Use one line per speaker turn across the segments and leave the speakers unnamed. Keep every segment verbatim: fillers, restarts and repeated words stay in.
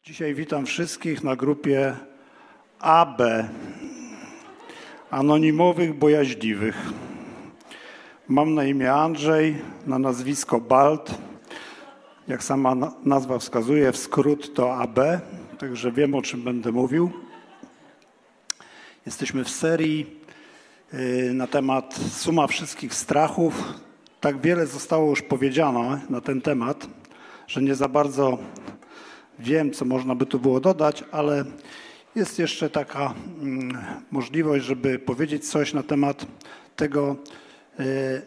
Dzisiaj witam wszystkich na grupie A B, Anonimowych Bojaźliwych. Mam na imię Andrzej, na nazwisko Balt. Jak sama nazwa wskazuje, w skrót to A B, także wiem, o czym będę mówił. Jesteśmy w serii na temat Suma wszystkich strachów. Tak wiele zostało już powiedziane na ten temat, że nie za bardzo wiem, co można by tu było dodać, ale jest jeszcze taka mm, możliwość, żeby powiedzieć coś na temat tego, y,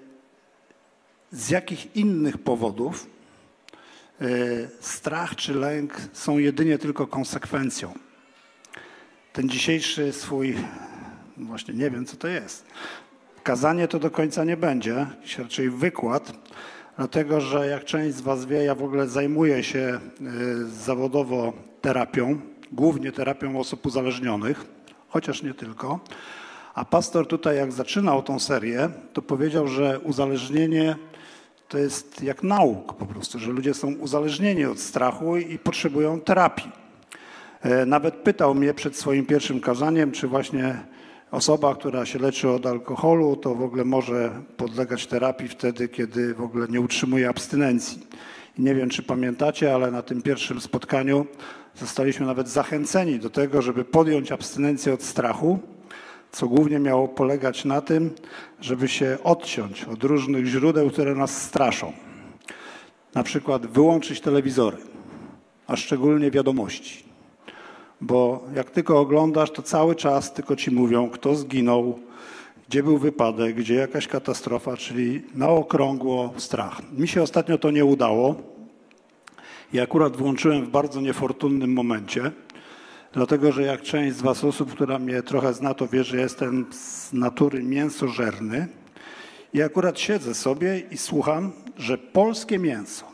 z jakich innych powodów y, strach czy lęk są jedynie tylko konsekwencją. Ten dzisiejszy swój, właśnie nie wiem, co to jest. Kazanie to do końca nie będzie, raczej wykład, dlatego że jak część z was wie, ja w ogóle zajmuję się zawodowo terapią, głównie terapią osób uzależnionych, chociaż nie tylko. A pastor tutaj, jak zaczynał tą serię, to powiedział, że uzależnienie to jest jak nauk po prostu, że ludzie są uzależnieni od strachu i potrzebują terapii. Nawet pytał mnie przed swoim pierwszym kazaniem, czy właśnie osoba, która się leczy od alkoholu, to w ogóle może podlegać terapii wtedy, kiedy w ogóle nie utrzymuje abstynencji. I nie wiem, czy pamiętacie, ale na tym pierwszym spotkaniu zostaliśmy nawet zachęceni do tego, żeby podjąć abstynencję od strachu, co głównie miało polegać na tym, żeby się odciąć od różnych źródeł, które nas straszą. Na przykład wyłączyć telewizory, a szczególnie wiadomości. Bo jak tylko oglądasz, to cały czas tylko ci mówią, kto zginął, gdzie był wypadek, gdzie jakaś katastrofa, czyli na okrągło strach. Mi się ostatnio to nie udało i akurat włączyłem w bardzo niefortunnym momencie, dlatego że jak część z was osób, która mnie trochę zna, to wie, że jestem z natury mięsożerny i akurat siedzę sobie i słucham, że polskie mięso,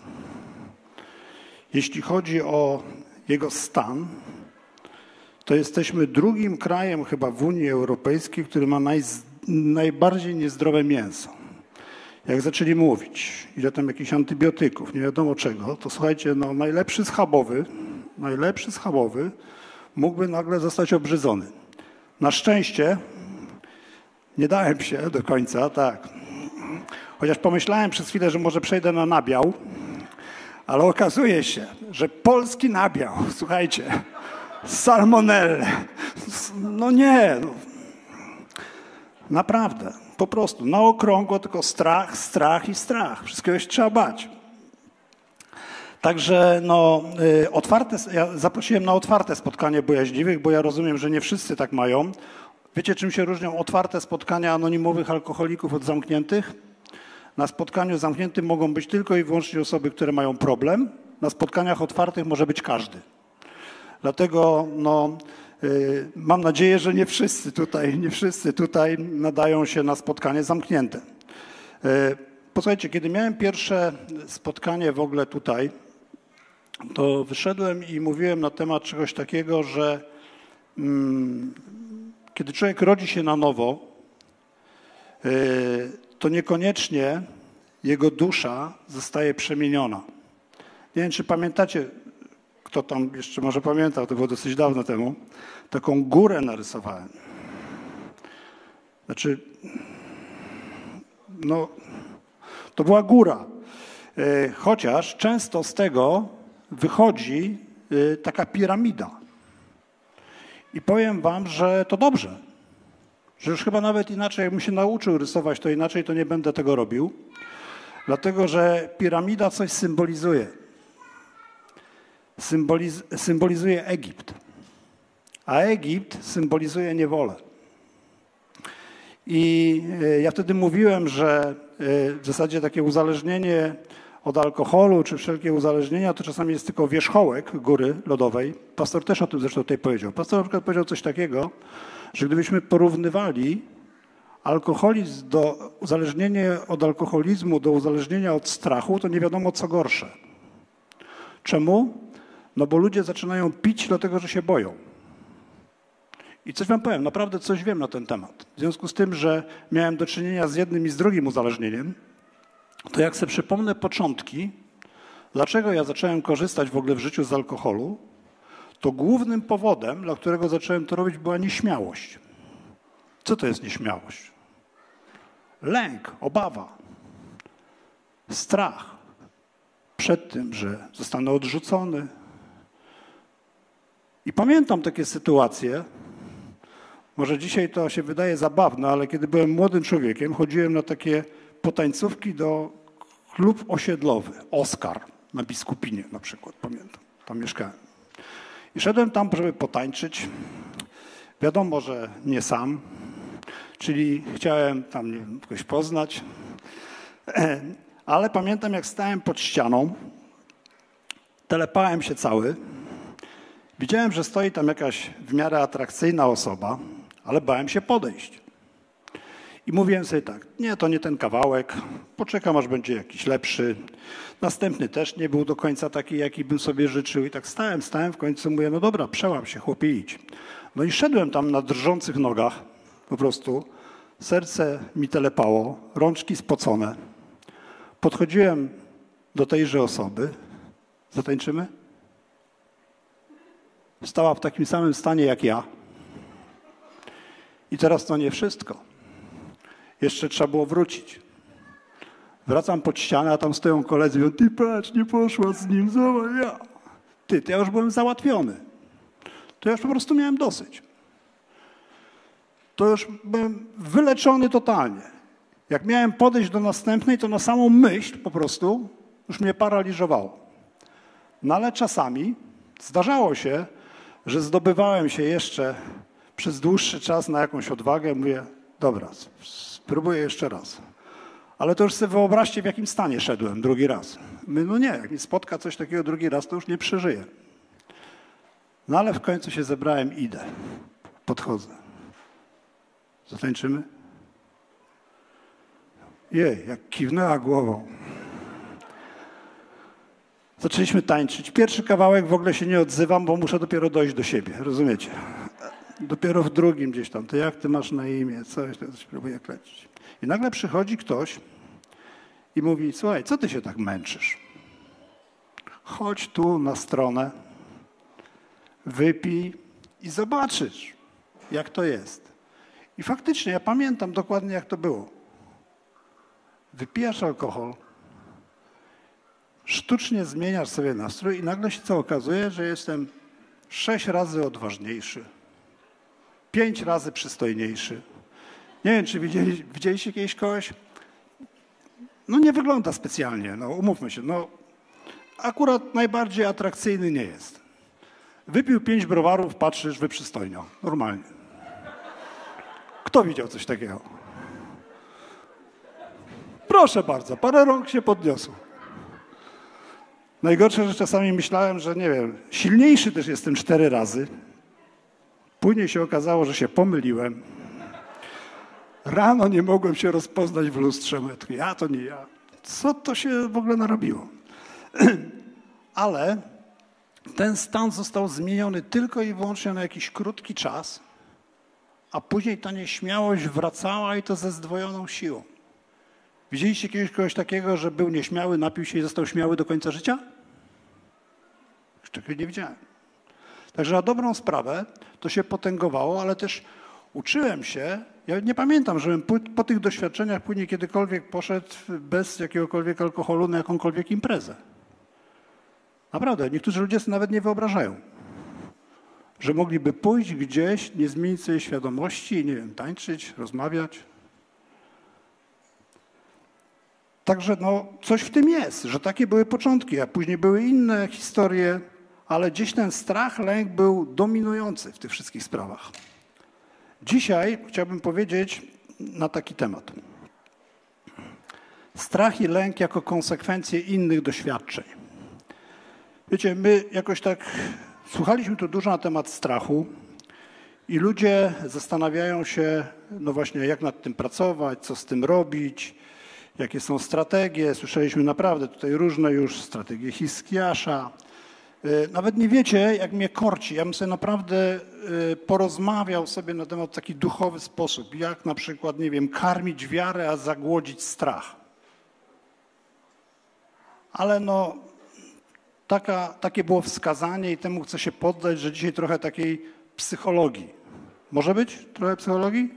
jeśli chodzi o jego stan, to jesteśmy drugim krajem chyba w Unii Europejskiej, który ma naj, najbardziej niezdrowe mięso. Jak zaczęli mówić, ile tam jakichś antybiotyków, nie wiadomo czego, to słuchajcie, no najlepszy schabowy, najlepszy schabowy mógłby nagle zostać obrzydzony. Na szczęście nie dałem się do końca, tak. Chociaż pomyślałem przez chwilę, że może przejdę na nabiał, ale okazuje się, że polski nabiał, słuchajcie, salmonelle. No nie, no. Naprawdę, po prostu na okrągło tylko strach, strach i strach. Wszystkiego się trzeba bać. Także no, y, otwarte, ja zaprosiłem na otwarte spotkanie bojaźliwych, bo ja rozumiem, że nie wszyscy tak mają. Wiecie, czym się różnią otwarte spotkania anonimowych alkoholików od zamkniętych? Na spotkaniu zamkniętym mogą być tylko i wyłącznie osoby, które mają problem. Na spotkaniach otwartych może być każdy. Dlatego no, y, mam nadzieję, że nie wszyscy tutaj, nie wszyscy tutaj nadają się na spotkanie zamknięte. Y, posłuchajcie, kiedy miałem pierwsze spotkanie w ogóle tutaj, to wyszedłem i mówiłem na temat czegoś takiego, że mm, kiedy człowiek rodzi się na nowo, y, to niekoniecznie jego dusza zostaje przemieniona. Nie wiem, czy pamiętacie, kto tam jeszcze może pamiętał, to było dosyć dawno temu, taką górę narysowałem. Znaczy, no, to była góra. Chociaż często z tego wychodzi taka piramida. I powiem wam, że to dobrze. Że już chyba nawet inaczej, jakbym się nauczył rysować, to inaczej to nie będę tego robił. Dlatego, że piramida coś symbolizuje. Symboliz symbolizuje Egipt, a Egipt symbolizuje niewolę. I ja wtedy mówiłem, że w zasadzie takie uzależnienie od alkoholu, czy wszelkie uzależnienia, to czasami jest tylko wierzchołek góry lodowej. Pastor też o tym zresztą tutaj powiedział. Pastor na przykład powiedział coś takiego, że gdybyśmy porównywali alkoholizm do uzależnienie od alkoholizmu do uzależnienia od strachu, to nie wiadomo co gorsze. Czemu? No bo ludzie zaczynają pić dlatego, że się boją. I coś wam powiem, naprawdę coś wiem na ten temat. W związku z tym, że miałem do czynienia z jednym i z drugim uzależnieniem, to jak sobie przypomnę początki, dlaczego ja zacząłem korzystać w ogóle w życiu z alkoholu, to głównym powodem, dla którego zacząłem to robić, była nieśmiałość. Co to jest nieśmiałość? Lęk, obawa, strach przed tym, że zostanę odrzucony. I pamiętam takie sytuacje, może dzisiaj to się wydaje zabawne, ale kiedy byłem młodym człowiekiem, chodziłem na takie potańcówki do klub osiedlowy, Oskar na Biskupinie na przykład, pamiętam, tam mieszkałem. I szedłem tam, żeby potańczyć. Wiadomo, że nie sam, czyli chciałem tam nie wiem, kogoś poznać, ale pamiętam, jak stałem pod ścianą, telepałem się cały, widziałem, że stoi tam jakaś w miarę atrakcyjna osoba, ale bałem się podejść. I mówiłem sobie tak, nie, to nie ten kawałek, poczekam, aż będzie jakiś lepszy. Następny też nie był do końca taki, jaki bym sobie życzył. I tak stałem, stałem, w końcu mówię, no dobra, przełam się, chłopie, idź. No i szedłem tam na drżących nogach, po prostu. Serce mi telepało, rączki spocone. Podchodziłem do tejże osoby. Zatańczymy? Stała w takim samym stanie jak ja. I teraz to nie wszystko. Jeszcze trzeba było wrócić. Wracam pod ścianę, a tam stoją koledzy i mówią, ty patrz, nie poszła z nim, zobacz, ja. Ty, to ja już byłem załatwiony. To ja już po prostu miałem dosyć. To już byłem wyleczony totalnie. Jak miałem podejść do następnej, to na samą myśl po prostu już mnie paraliżowało. No ale czasami zdarzało się, że zdobywałem się jeszcze przez dłuższy czas na jakąś odwagę. Mówię, dobra, spróbuję jeszcze raz. Ale to już sobie wyobraźcie, w jakim stanie szedłem drugi raz. Mówię, no nie, jak mi spotka coś takiego drugi raz, to już nie przeżyję. No ale w końcu się zebrałem, idę. Podchodzę. Zatańczymy? Jej, jak kiwnęła głową. Zaczęliśmy tańczyć. Pierwszy kawałek w ogóle się nie odzywam, bo muszę dopiero dojść do siebie, rozumiecie? Dopiero w drugim gdzieś tam, to jak ty masz na imię, coś, to coś próbuję klecić. I nagle przychodzi ktoś i mówi, słuchaj, co ty się tak męczysz? Chodź tu na stronę, wypij i zobaczysz, jak to jest. I faktycznie, ja pamiętam dokładnie, jak to było. Wypijasz alkohol, sztucznie zmieniasz sobie nastrój i nagle się co okazuje, że jestem sześć razy odważniejszy, pięć razy przystojniejszy. Nie wiem, czy widzieli, widzieliście kiedyś kogoś? No nie wygląda specjalnie, no umówmy się. No, akurat najbardziej atrakcyjny nie jest. Wypił pięć browarów, patrzysz, wyprzystojniał. Normalnie. Kto widział coś takiego? Proszę bardzo, parę rąk się podniosło. Najgorsze, że czasami myślałem, że nie wiem, silniejszy też jestem cztery razy. Później się okazało, że się pomyliłem. Rano nie mogłem się rozpoznać w lustrze. Mówię, ja to nie ja. Co to się w ogóle narobiło? Ale ten stan został zmieniony tylko i wyłącznie na jakiś krótki czas, a później ta nieśmiałość wracała i to ze zdwojoną siłą. Widzieliście kiedyś kogoś takiego, że był nieśmiały, napił się i został śmiały do końca życia? Jeszcze nie widziałem. Także na dobrą sprawę to się potęgowało, ale też uczyłem się, ja nie pamiętam, żebym po, po tych doświadczeniach później kiedykolwiek poszedł bez jakiegokolwiek alkoholu na jakąkolwiek imprezę. Naprawdę, niektórzy ludzie sobie nawet nie wyobrażają, że mogliby pójść gdzieś, nie zmienić sobie świadomości i nie wiem, tańczyć, rozmawiać. Także no, coś w tym jest, że takie były początki, a później były inne historie, ale gdzieś ten strach, lęk był dominujący w tych wszystkich sprawach. Dzisiaj chciałbym powiedzieć na taki temat. Strach i lęk jako konsekwencje innych doświadczeń. Wiecie, my jakoś tak słuchaliśmy tu dużo na temat strachu i ludzie zastanawiają się, no właśnie, jak nad tym pracować, co z tym robić, jakie są strategie. Słyszeliśmy naprawdę tutaj różne już strategie Hiskiasza. Nawet nie wiecie, jak mnie korci. Ja bym sobie naprawdę porozmawiał sobie na temat w taki duchowy sposób, jak na przykład, nie wiem, karmić wiarę, a zagłodzić strach. Ale no, taka, takie było wskazanie i temu chcę się poddać, że dzisiaj trochę takiej psychologii. Może być trochę psychologii?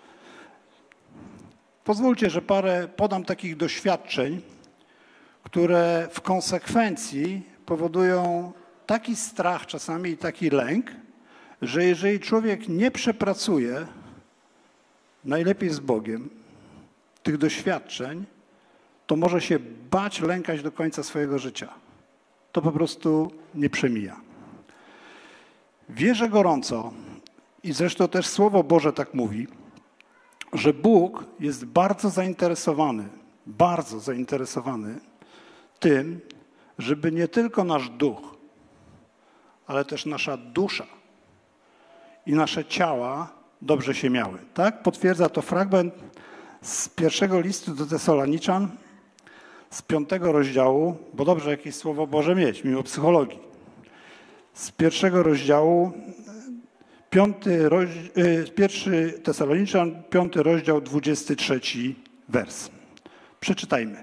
Pozwólcie, że parę podam takich doświadczeń, które w konsekwencji powodują taki strach czasami i taki lęk, że jeżeli człowiek nie przepracuje, najlepiej z Bogiem, tych doświadczeń, to może się bać, lękać do końca swojego życia. To po prostu nie przemija. Wierzę gorąco i zresztą też Słowo Boże tak mówi, że Bóg jest bardzo zainteresowany, bardzo zainteresowany tym, żeby nie tylko nasz duch, ale też nasza dusza i nasze ciała dobrze się miały. Tak? Potwierdza to fragment z pierwszego listu do Tesaloniczan, z piątego rozdziału, bo dobrze jakieś Słowo Boże mieć, mimo psychologii. Z pierwszego rozdziału, piąty rozdział, pierwszy Tesaloniczan, piąty rozdział, dwudziesty trzeci wers. Przeczytajmy.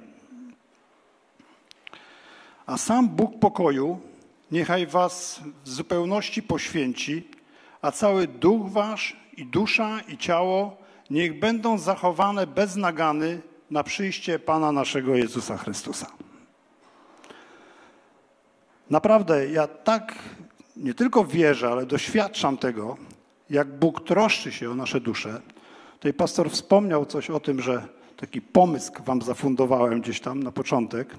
A sam Bóg pokoju niechaj was w zupełności poświęci, a cały duch wasz i dusza i ciało niech będą zachowane bez nagany na przyjście Pana naszego Jezusa Chrystusa. Naprawdę ja tak nie tylko wierzę, ale doświadczam tego, jak Bóg troszczy się o nasze dusze. Tutaj pastor wspomniał coś o tym, że taki pomysł wam zafundowałem gdzieś tam na początek.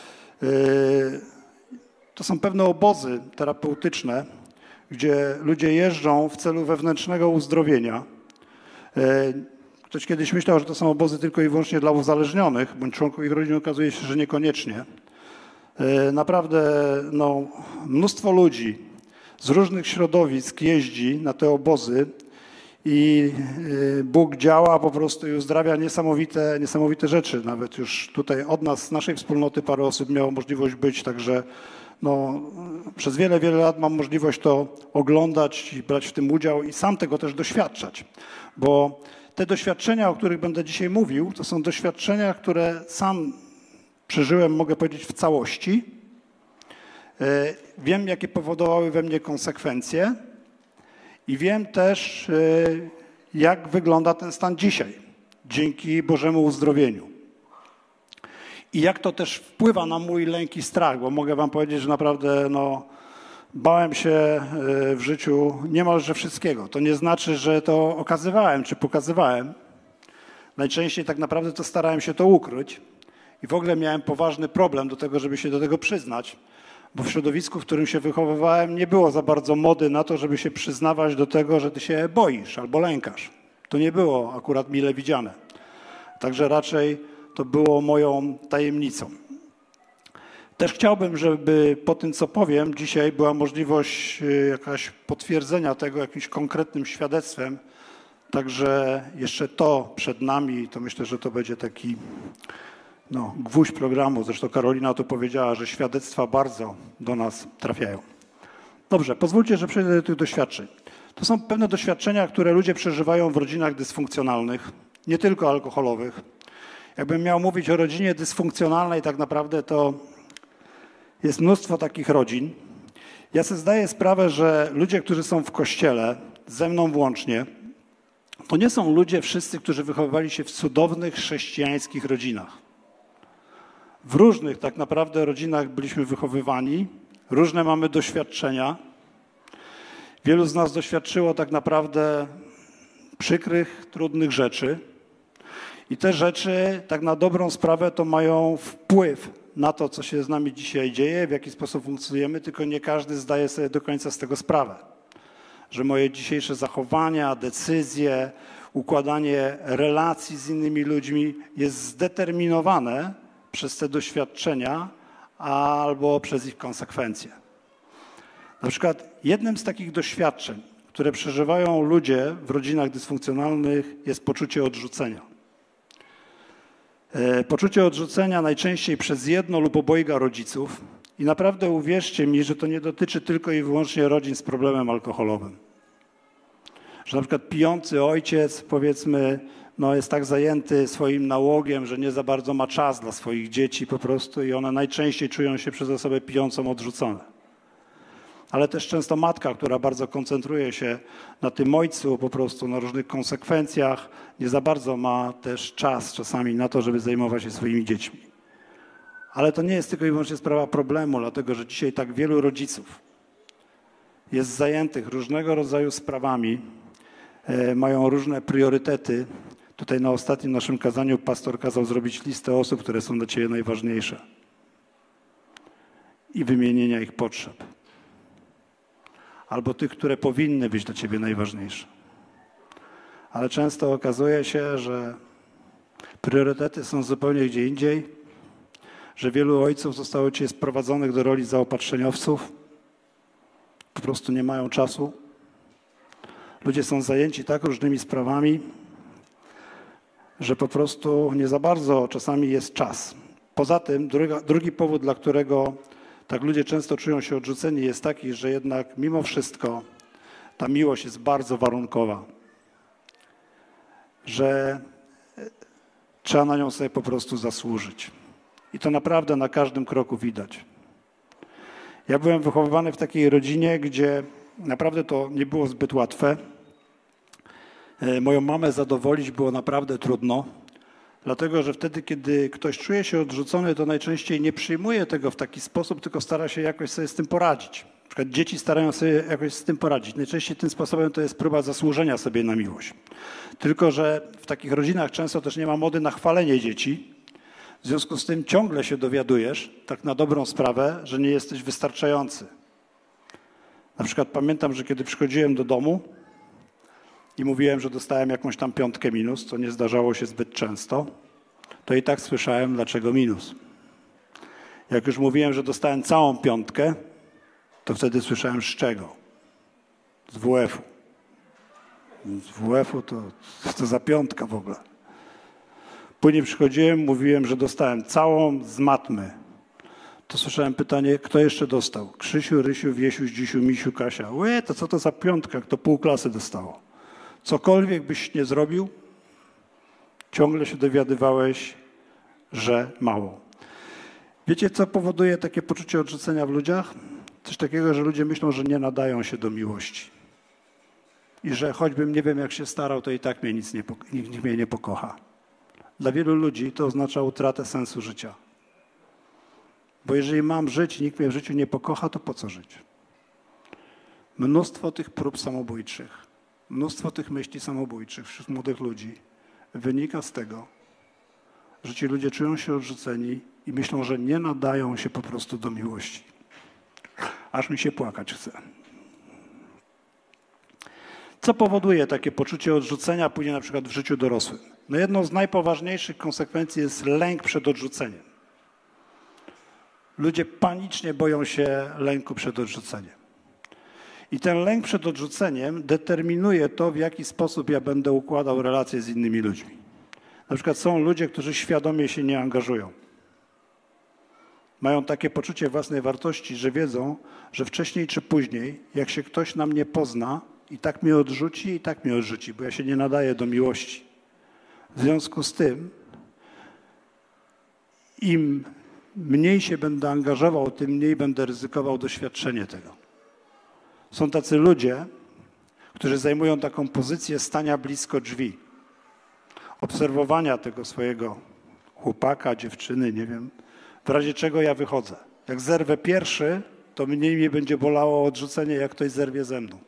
To są pewne obozy terapeutyczne, gdzie ludzie jeżdżą w celu wewnętrznego uzdrowienia. Ktoś kiedyś myślał, że to są obozy tylko i wyłącznie dla uzależnionych, bądź członków ich rodzin, okazuje się, że niekoniecznie. Naprawdę no, mnóstwo ludzi z różnych środowisk jeździ na te obozy i Bóg działa po prostu i uzdrawia niesamowite, niesamowite rzeczy. Nawet już tutaj od nas, z naszej wspólnoty parę osób miało możliwość być, także no, przez wiele, wiele lat mam możliwość to oglądać i brać w tym udział i sam tego też doświadczać. Bo te doświadczenia, o których będę dzisiaj mówił, to są doświadczenia, które sam przeżyłem, mogę powiedzieć, w całości. Wiem, jakie powodowały we mnie konsekwencje i wiem też, jak wygląda ten stan dzisiaj, dzięki Bożemu uzdrowieniu. I jak to też wpływa na mój lęk i strach, bo mogę wam powiedzieć, że naprawdę no, bałem się w życiu niemalże wszystkiego. To nie znaczy, że to okazywałem czy pokazywałem. Najczęściej tak naprawdę to starałem się to ukryć i w ogóle miałem poważny problem do tego, żeby się do tego przyznać, bo w środowisku, w którym się wychowywałem, nie było za bardzo mody na to, żeby się przyznawać do tego, że ty się boisz albo lękasz. To nie było akurat mile widziane. Także raczej to było moją tajemnicą. Też chciałbym, żeby po tym, co powiem, dzisiaj była możliwość jakaś potwierdzenia tego jakimś konkretnym świadectwem. Także jeszcze to przed nami, to myślę, że to będzie taki no, gwóźdź programu. Zresztą Karolina to powiedziała, że świadectwa bardzo do nas trafiają. Dobrze, pozwólcie, że przejdę do tych doświadczeń. To są pewne doświadczenia, które ludzie przeżywają w rodzinach dysfunkcjonalnych, nie tylko alkoholowych. Jakbym miał mówić o rodzinie dysfunkcjonalnej, tak naprawdę to jest mnóstwo takich rodzin. Ja sobie zdaję sprawę, że ludzie, którzy są w kościele, ze mną włącznie, to nie są ludzie wszyscy, którzy wychowywali się w cudownych chrześcijańskich rodzinach. W różnych tak naprawdę rodzinach byliśmy wychowywani, różne mamy doświadczenia. Wielu z nas doświadczyło tak naprawdę przykrych, trudnych rzeczy. I te rzeczy tak na dobrą sprawę to mają wpływ na to, co się z nami dzisiaj dzieje, w jaki sposób funkcjonujemy, tylko nie każdy zdaje sobie do końca z tego sprawę. Że moje dzisiejsze zachowania, decyzje, układanie relacji z innymi ludźmi jest zdeterminowane przez te doświadczenia albo przez ich konsekwencje. Na przykład jednym z takich doświadczeń, które przeżywają ludzie w rodzinach dysfunkcjonalnych, jest poczucie odrzucenia. Poczucie odrzucenia najczęściej przez jedno lub obojga rodziców i naprawdę uwierzcie mi, że to nie dotyczy tylko i wyłącznie rodzin z problemem alkoholowym. Że na przykład pijący ojciec, powiedzmy, no, jest tak zajęty swoim nałogiem, że nie za bardzo ma czas dla swoich dzieci po prostu i one najczęściej czują się przez osobę pijącą odrzucone. Ale też często matka, która bardzo koncentruje się na tym ojcu, po prostu na różnych konsekwencjach, nie za bardzo ma też czas czasami na to, żeby zajmować się swoimi dziećmi. Ale to nie jest tylko i wyłącznie sprawa problemu, dlatego że dzisiaj tak wielu rodziców jest zajętych różnego rodzaju sprawami, e, mają różne priorytety. Tutaj na ostatnim naszym kazaniu pastor kazał zrobić listę osób, które są dla ciebie najważniejsze i wymienienia ich potrzeb. Albo tych, które powinny być dla ciebie najważniejsze. Ale często okazuje się, że priorytety są zupełnie gdzie indziej, że wielu ojców zostało dzisiaj sprowadzonych do roli zaopatrzeniowców, po prostu nie mają czasu. Ludzie są zajęci tak różnymi sprawami, że po prostu nie za bardzo czasami jest czas. Poza tym druga, drugi powód, dla którego tak ludzie często czują się odrzuceni, jest taki, że jednak mimo wszystko ta miłość jest bardzo warunkowa. Że trzeba na nią sobie po prostu zasłużyć. I to naprawdę na każdym kroku widać. Ja byłem wychowywany w takiej rodzinie, gdzie naprawdę to nie było zbyt łatwe. Moją mamę zadowolić było naprawdę trudno. Dlatego, że wtedy, kiedy ktoś czuje się odrzucony, to najczęściej nie przyjmuje tego w taki sposób, tylko stara się jakoś sobie z tym poradzić. Na przykład dzieci starają się jakoś z tym poradzić. Najczęściej tym sposobem to jest próba zasłużenia sobie na miłość. Tylko, że w takich rodzinach często też nie ma mody na chwalenie dzieci. W związku z tym ciągle się dowiadujesz, tak na dobrą sprawę, że nie jesteś wystarczający. Na przykład pamiętam, że kiedy przychodziłem do domu i mówiłem, że dostałem jakąś tam piątkę minus, co nie zdarzało się zbyt często, to i tak słyszałem, dlaczego minus. Jak już mówiłem, że dostałem całą piątkę, to wtedy słyszałem z czego? Z W F-u. Z W F-u to co za piątka w ogóle. Później przychodziłem, mówiłem, że dostałem całą z matmy. To słyszałem pytanie, kto jeszcze dostał? Krzysiu, Rysiu, Wiesiu, Dzisiu, Misiu, Kasia. Łe, to co to za piątka? Kto pół klasy dostało? Cokolwiek byś nie zrobił, ciągle się dowiadywałeś, że mało. Wiecie, co powoduje takie poczucie odrzucenia w ludziach? Coś takiego, że ludzie myślą, że nie nadają się do miłości. I że choćbym nie wiem, jak się starał, to i tak mnie nic nie, nikt mnie nie pokocha. Dla wielu ludzi to oznacza utratę sensu życia. Bo jeżeli mam żyć i nikt mnie w życiu nie pokocha, to po co żyć? Mnóstwo tych prób samobójczych, mnóstwo tych myśli samobójczych wśród młodych ludzi wynika z tego, że ci ludzie czują się odrzuceni i myślą, że nie nadają się po prostu do miłości. Aż mi się płakać chce. Co powoduje takie poczucie odrzucenia później na przykład w życiu dorosłym? No jedną z najpoważniejszych konsekwencji jest lęk przed odrzuceniem. Ludzie panicznie boją się lęku przed odrzuceniem. I ten lęk przed odrzuceniem determinuje to, w jaki sposób ja będę układał relacje z innymi ludźmi. Na przykład są ludzie, którzy świadomie się nie angażują. Mają takie poczucie własnej wartości, że wiedzą, że wcześniej czy później, jak się ktoś na mnie pozna, i tak mnie odrzuci, i tak mnie odrzuci, bo ja się nie nadaję do miłości. W związku z tym, im mniej się będę angażował, tym mniej będę ryzykował doświadczenie tego. Są tacy ludzie, którzy zajmują taką pozycję stania blisko drzwi, obserwowania tego swojego chłopaka, dziewczyny, nie wiem, w razie czego ja wychodzę. Jak zerwę pierwszy, to mniej mnie będzie bolało odrzucenie, jak ktoś zerwie ze mną.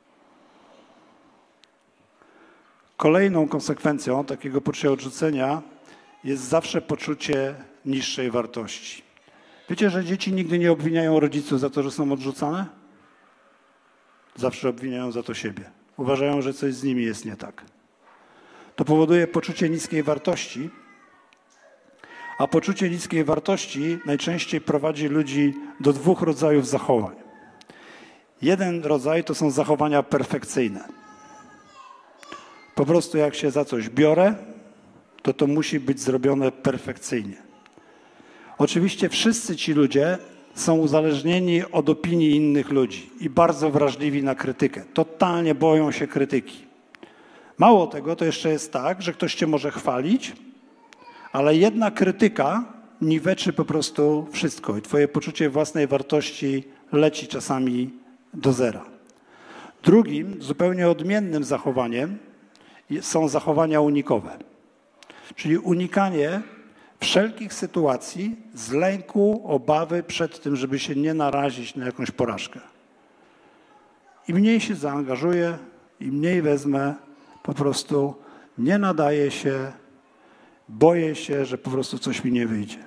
Kolejną konsekwencją takiego poczucia odrzucenia jest zawsze poczucie niższej wartości. Wiecie, że dzieci nigdy nie obwiniają rodziców za to, że są odrzucane? Zawsze obwiniają za to siebie. Uważają, że coś z nimi jest nie tak. To powoduje poczucie niskiej wartości, a poczucie niskiej wartości najczęściej prowadzi ludzi do dwóch rodzajów zachowań. Jeden rodzaj to są zachowania perfekcyjne. Po prostu jak się za coś biorę, to to musi być zrobione perfekcyjnie. Oczywiście wszyscy ci ludzie są uzależnieni od opinii innych ludzi i bardzo wrażliwi na krytykę. Totalnie boją się krytyki. Mało tego, to jeszcze jest tak, że ktoś cię może chwalić, ale jedna krytyka niweczy po prostu wszystko i twoje poczucie własnej wartości leci czasami do zera. Drugim, zupełnie odmiennym zachowaniem są zachowania unikowe, czyli unikanie wszelkich sytuacji z lęku, obawy przed tym, żeby się nie narazić na jakąś porażkę. Im mniej się zaangażuję, im mniej wezmę, po prostu nie nadaje się, boję się, że po prostu coś mi nie wyjdzie.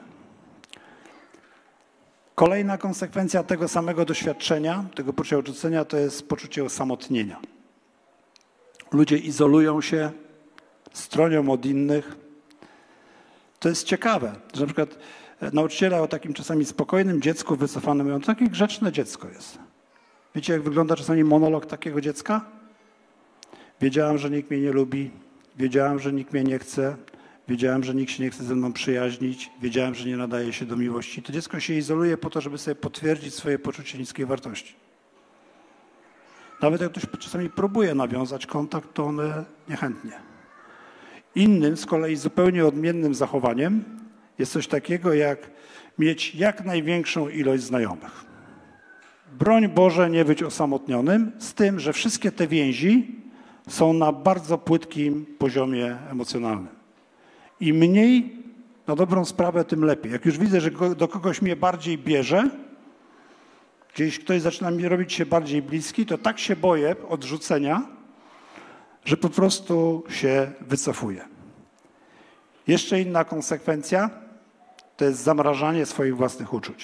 Kolejna konsekwencja tego samego doświadczenia, tego poczucia odrzucenia, to jest poczucie osamotnienia. Ludzie izolują się, stronią od innych. To jest ciekawe, że na przykład nauczyciele o takim czasami spokojnym dziecku wycofanym mówią, takie grzeczne dziecko jest. Wiecie, jak wygląda czasami monolog takiego dziecka? Wiedziałam, że nikt mnie nie lubi, wiedziałam, że nikt mnie nie chce, wiedziałam, że nikt się nie chce ze mną przyjaźnić, wiedziałam, że nie nadaje się do miłości. To dziecko się izoluje po to, żeby sobie potwierdzić swoje poczucie niskiej wartości. Nawet jak ktoś czasami próbuje nawiązać kontakt, to one niechętnie. Innym, z kolei zupełnie odmiennym zachowaniem jest coś takiego, jak mieć jak największą ilość znajomych. Broń Boże nie być osamotnionym, z tym, że wszystkie te więzi są na bardzo płytkim poziomie emocjonalnym. Im mniej, na dobrą sprawę, tym lepiej. Jak już widzę, że do kogoś mnie bardziej bierze, gdzieś ktoś zaczyna mi robić się bardziej bliski, to tak się boję odrzucenia, że po prostu się wycofuję. Jeszcze inna konsekwencja to jest zamrażanie swoich własnych uczuć.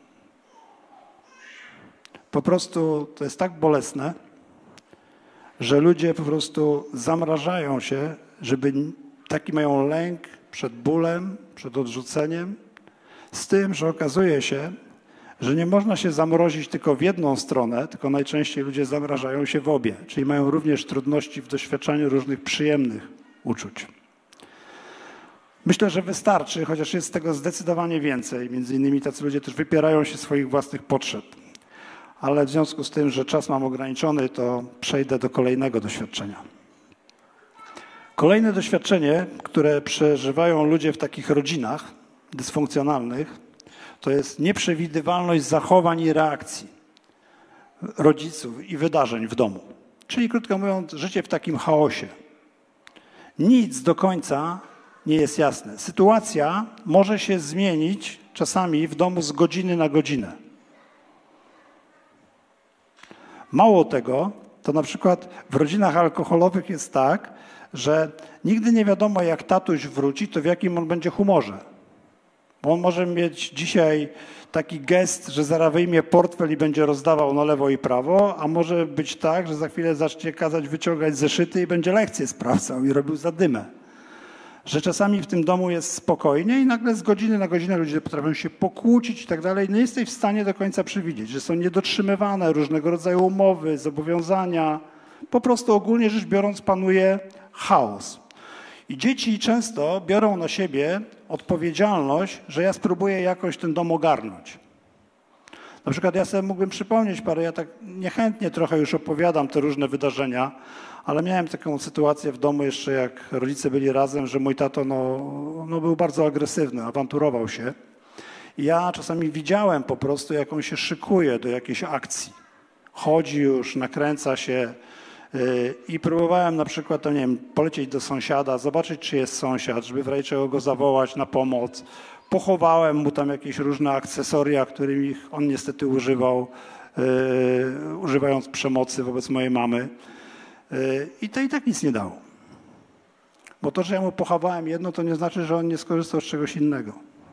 Po prostu to jest tak bolesne, że ludzie po prostu zamrażają się, żeby taki mają lęk przed bólem, przed odrzuceniem, z tym, że okazuje się, że nie można się zamrozić tylko w jedną stronę, tylko najczęściej ludzie zamrażają się w obie, czyli mają również trudności w doświadczaniu różnych przyjemnych uczuć. Myślę, że wystarczy, chociaż jest tego zdecydowanie więcej. Między innymi tacy ludzie też wypierają się swoich własnych potrzeb. Ale w związku z tym, że czas mam ograniczony, to przejdę do kolejnego doświadczenia. Kolejne doświadczenie, które przeżywają ludzie w takich rodzinach dysfunkcjonalnych, to jest nieprzewidywalność zachowań i reakcji rodziców i wydarzeń w domu. Czyli krótko mówiąc, życie w takim chaosie. Nic do końca nie jest jasne. Sytuacja może się zmienić czasami w domu z godziny na godzinę. Mało tego, to na przykład w rodzinach alkoholowych jest tak, że nigdy nie wiadomo, jak tatuś wróci, to w jakim on będzie humorze. Bo on może mieć dzisiaj taki gest, że zaraz wyjmie portfel i będzie rozdawał na lewo i prawo, a może być tak, że za chwilę zacznie kazać wyciągać zeszyty i będzie lekcje sprawdzał i robił zadymę. Że czasami w tym domu jest spokojnie i nagle z godziny na godzinę ludzie potrafią się pokłócić i tak dalej. Nie jesteś w stanie do końca przewidzieć, że są niedotrzymywane różnego rodzaju umowy, zobowiązania. Po prostu ogólnie rzecz biorąc panuje chaos. I dzieci często biorą na siebie odpowiedzialność, że ja spróbuję jakoś ten dom ogarnąć. Na przykład ja sobie mógłbym przypomnieć parę, ja tak niechętnie trochę już opowiadam te różne wydarzenia, ale miałem taką sytuację w domu jeszcze, jak rodzice byli razem, że mój tato no, no był bardzo agresywny, awanturował się. I ja czasami widziałem po prostu, jak on się szykuje do jakiejś akcji. Chodzi już, nakręca się yy, i próbowałem na przykład, to nie wiem, polecieć do sąsiada, zobaczyć, czy jest sąsiad, żeby w razie czego go zawołać na pomoc. Pochowałem mu tam jakieś różne akcesoria, których on niestety używał, yy, używając przemocy wobec mojej mamy. I to i tak nic nie dało. Bo to, że ja mu pochowałem jedno, to nie znaczy, że on nie skorzystał z czegoś innego.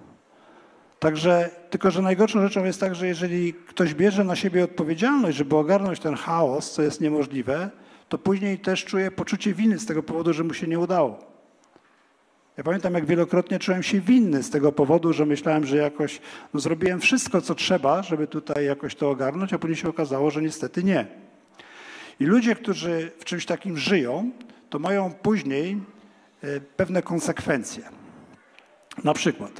Także, tylko że najgorszą rzeczą jest tak, że jeżeli ktoś bierze na siebie odpowiedzialność, żeby ogarnąć ten chaos, co jest niemożliwe, to później też czuje poczucie winy z tego powodu, że mu się nie udało. Ja pamiętam, jak wielokrotnie czułem się winny z tego powodu, że myślałem, że jakoś no, zrobiłem wszystko, co trzeba, żeby tutaj jakoś to ogarnąć, a później się okazało, że niestety nie. I ludzie, którzy w czymś takim żyją, to mają później pewne konsekwencje. Na przykład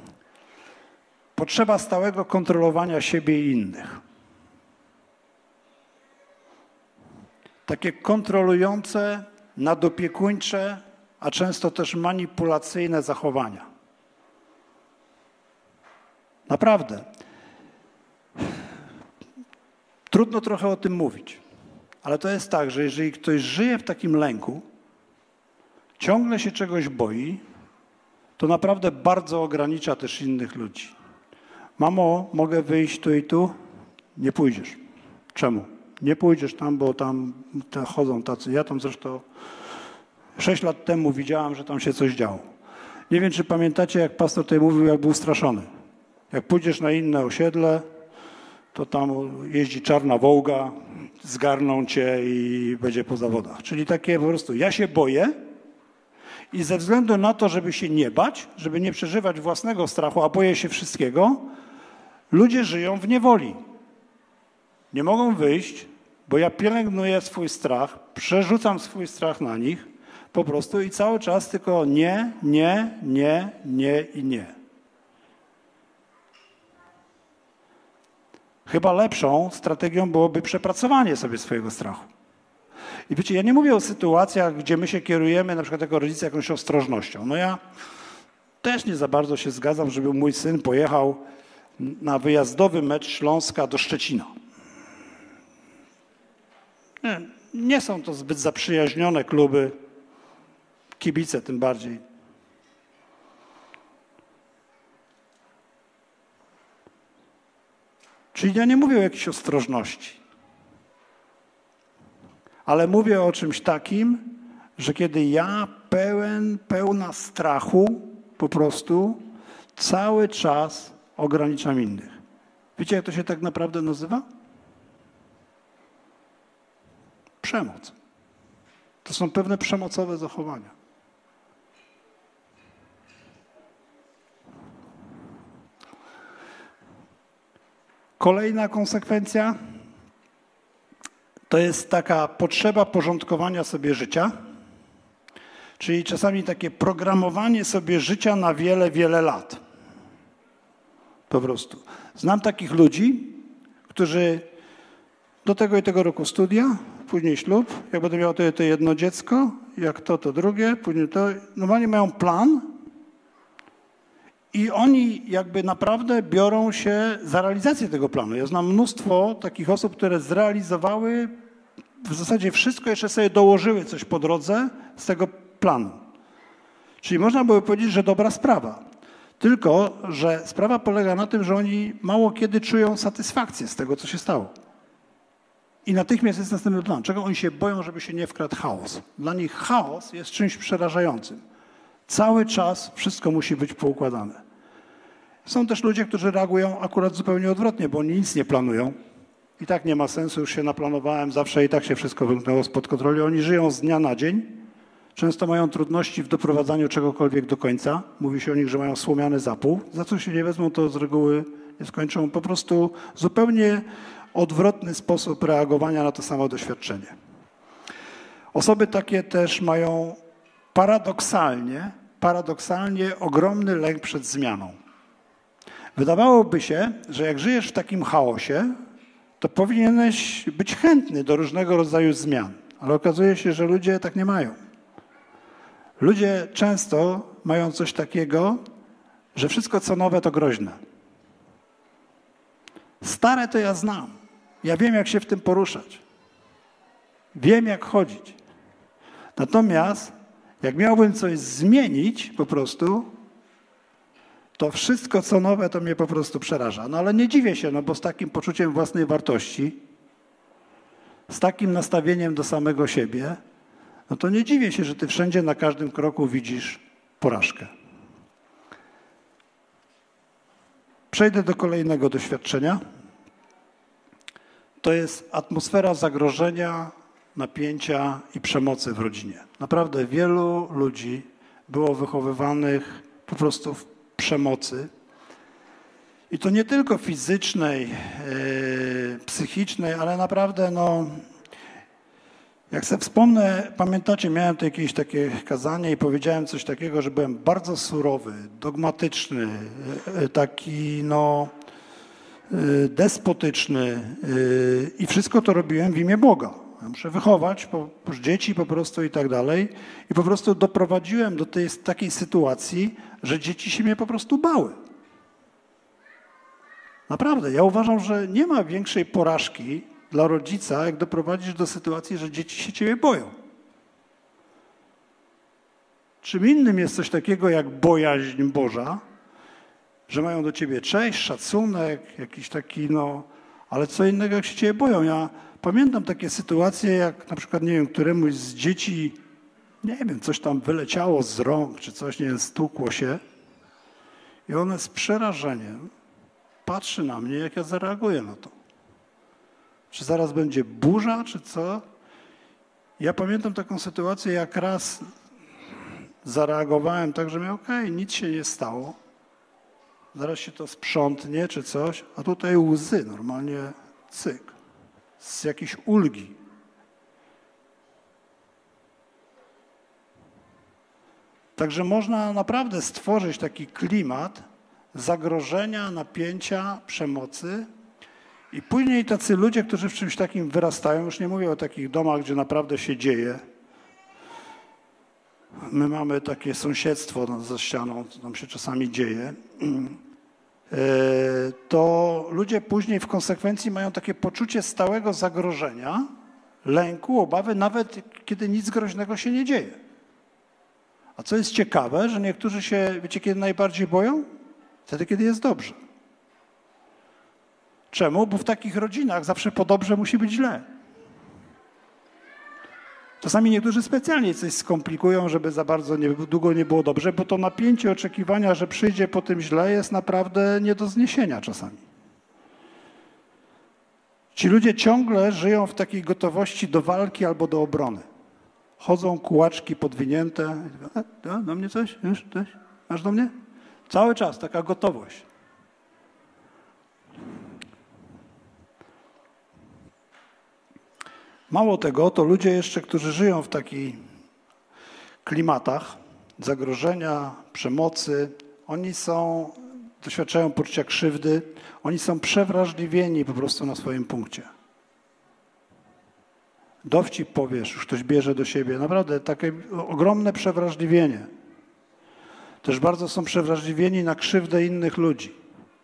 potrzeba stałego kontrolowania siebie i innych. Takie kontrolujące nadopiekuńcze, a często też manipulacyjne zachowania. Naprawdę. Trudno trochę o tym mówić, ale to jest tak, że jeżeli ktoś żyje w takim lęku, ciągle się czegoś boi, to naprawdę bardzo ogranicza też innych ludzi. Mamo, mogę wyjść tu i tu? Nie pójdziesz. Czemu? Nie pójdziesz tam, bo tam te chodzą tacy. Ja tam zresztą sześć lat temu widziałam, że tam się coś działo. Nie wiem, czy pamiętacie, jak pastor tutaj mówił, jak był straszony. Jak pójdziesz na inne osiedle, to tam jeździ czarna wołga, zgarną cię i będzie po zawodach. Czyli takie po prostu, ja się boję i ze względu na to, żeby się nie bać, żeby nie przeżywać własnego strachu, a boję się wszystkiego, ludzie żyją w niewoli. Nie mogą wyjść, bo ja pielęgnuję swój strach, przerzucam swój strach na nich po prostu i cały czas tylko nie, nie, nie, nie i nie. Chyba lepszą strategią byłoby przepracowanie sobie swojego strachu. I wiecie, ja nie mówię o sytuacjach, gdzie my się kierujemy na przykład jako rodzice jakąś ostrożnością. No ja też nie za bardzo się zgadzam, żeby mój syn pojechał na wyjazdowy mecz Śląska do Szczecina. Nie, nie są to zbyt zaprzyjaźnione kluby, kibice tym bardziej. Czyli ja nie mówię o jakiejś ostrożności, ale mówię o czymś takim, że kiedy ja pełen, pełna strachu po prostu cały czas ograniczam innych. Wiecie, jak to się tak naprawdę nazywa? Przemoc. To są pewne przemocowe zachowania. Kolejna konsekwencja to jest taka potrzeba porządkowania sobie życia, czyli czasami takie programowanie sobie życia na wiele, wiele lat. Po prostu. Znam takich ludzi, którzy do tego i tego roku studia, później ślub, jak będę miał to, to jedno dziecko, jak to, to drugie, później to. Normalnie mają plan i oni jakby naprawdę biorą się za realizację tego planu. Ja znam mnóstwo takich osób, które zrealizowały w zasadzie wszystko, jeszcze sobie dołożyły coś po drodze z tego planu. Czyli można by powiedzieć, że dobra sprawa. Tylko że sprawa polega na tym, że oni mało kiedy czują satysfakcję z tego, co się stało. I natychmiast jest następny plan. Czego oni się boją, żeby się nie wkradł chaos. Dla nich chaos jest czymś przerażającym. Cały czas wszystko musi być poukładane. Są też ludzie, którzy reagują akurat zupełnie odwrotnie, bo oni nic nie planują. I tak nie ma sensu, już się naplanowałem, zawsze i tak się wszystko wymknęło spod kontroli. Oni żyją z dnia na dzień. Często mają trudności w doprowadzaniu czegokolwiek do końca. Mówi się o nich, że mają słomiany zapół. Za co się nie wezmą, to z reguły nie skończą. Po prostu zupełnie odwrotny sposób reagowania na to samo doświadczenie. Osoby takie też mają paradoksalnie, paradoksalnie ogromny lęk przed zmianą. Wydawałoby się, że jak żyjesz w takim chaosie, to powinieneś być chętny do różnego rodzaju zmian. Ale okazuje się, że ludzie tak nie mają. Ludzie często mają coś takiego, że wszystko co nowe to groźne. Stare to ja znam. Ja wiem, jak się w tym poruszać. Wiem, jak chodzić. Natomiast jak miałbym coś zmienić po prostu, to wszystko co nowe to mnie po prostu przeraża. No ale nie dziwię się, no bo z takim poczuciem własnej wartości, z takim nastawieniem do samego siebie, no to nie dziwię się, że ty wszędzie na każdym kroku widzisz porażkę. Przejdę do kolejnego doświadczenia. To jest atmosfera zagrożenia, napięcia i przemocy w rodzinie. Naprawdę wielu ludzi było wychowywanych po prostu w przemocy. I to nie tylko fizycznej, yy, psychicznej, ale naprawdę, no, jak sobie wspomnę, pamiętacie, miałem tu jakieś takie kazanie i powiedziałem coś takiego, że byłem bardzo surowy, dogmatyczny, yy, taki, no, yy, despotyczny yy, i wszystko to robiłem w imię Boga. Ja muszę wychować po, po dzieci po prostu i tak dalej. I po prostu doprowadziłem do tej takiej sytuacji, że dzieci się mnie po prostu bały. Naprawdę, ja uważam, że nie ma większej porażki dla rodzica, jak doprowadzisz do sytuacji, że dzieci się ciebie boją. Czym innym jest coś takiego jak bojaźń Boża, że mają do ciebie cześć, szacunek, jakiś taki, no, ale co innego, jak się ciebie boją. Ja pamiętam takie sytuacje, jak na przykład, nie wiem, któremuś z dzieci, nie wiem, coś tam wyleciało z rąk, czy coś, nie wiem, stukło się i one z przerażeniem patrzy na mnie, jak ja zareaguję na to. Czy zaraz będzie burza, czy co? Ja pamiętam taką sytuację, jak raz zareagowałem tak, że mnie okej, okay, nic się nie stało. Zaraz się to sprzątnie, czy coś, a tutaj łzy, normalnie cyk, z jakiejś ulgi. Także można naprawdę stworzyć taki klimat zagrożenia, napięcia, przemocy i później tacy ludzie, którzy w czymś takim wyrastają, już nie mówię o takich domach, gdzie naprawdę się dzieje. My mamy takie sąsiedztwo za ścianą, co tam się czasami dzieje. To ludzie później w konsekwencji mają takie poczucie stałego zagrożenia, lęku, obawy, nawet kiedy nic groźnego się nie dzieje. A co jest ciekawe, że niektórzy się, wiecie, kiedy najbardziej boją? Wtedy, kiedy jest dobrze. Czemu? Bo w takich rodzinach zawsze po dobrze musi być źle. Czasami niektórzy specjalnie coś skomplikują, żeby za bardzo nie, długo nie było dobrze, bo to napięcie oczekiwania, że przyjdzie po tym źle, jest naprawdę nie do zniesienia czasami. Ci ludzie ciągle żyją w takiej gotowości do walki albo do obrony. Chodzą kółaczki podwinięte. A, do mnie coś? Wiesz, coś? Masz do mnie? Cały czas taka gotowość. Mało tego, to ludzie jeszcze, którzy żyją w takich klimatach zagrożenia, przemocy, oni są, doświadczają poczucia krzywdy, oni są przewrażliwieni po prostu na swoim punkcie. Dowcip powiesz, już ktoś bierze do siebie, naprawdę takie ogromne przewrażliwienie. Też bardzo są przewrażliwieni na krzywdę innych ludzi.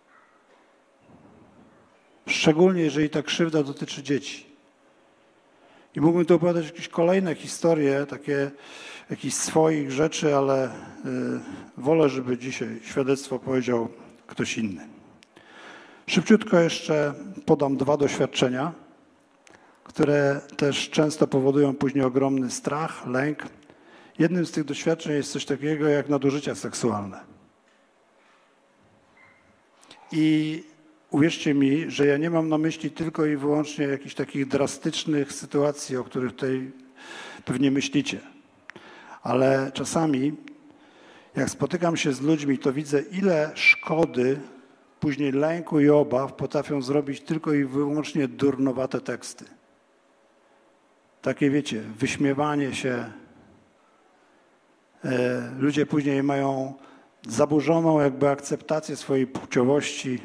Szczególnie, jeżeli ta krzywda dotyczy dzieci. I mógłbym tu opowiadać jakieś kolejne historie, takie jakichś swoich rzeczy, ale y, wolę, żeby dzisiaj świadectwo powiedział ktoś inny. Szybciutko jeszcze podam dwa doświadczenia, które też często powodują później ogromny strach, lęk. Jednym z tych doświadczeń jest coś takiego jak nadużycia seksualne. I uwierzcie mi, że ja nie mam na myśli tylko i wyłącznie jakichś takich drastycznych sytuacji, o których tutaj pewnie myślicie. Ale czasami, jak spotykam się z ludźmi, to widzę, ile szkody, później lęku i obaw potrafią zrobić tylko i wyłącznie durnowate teksty. Takie, wiecie, wyśmiewanie się. Ludzie później mają zaburzoną jakby akceptację swojej płciowości.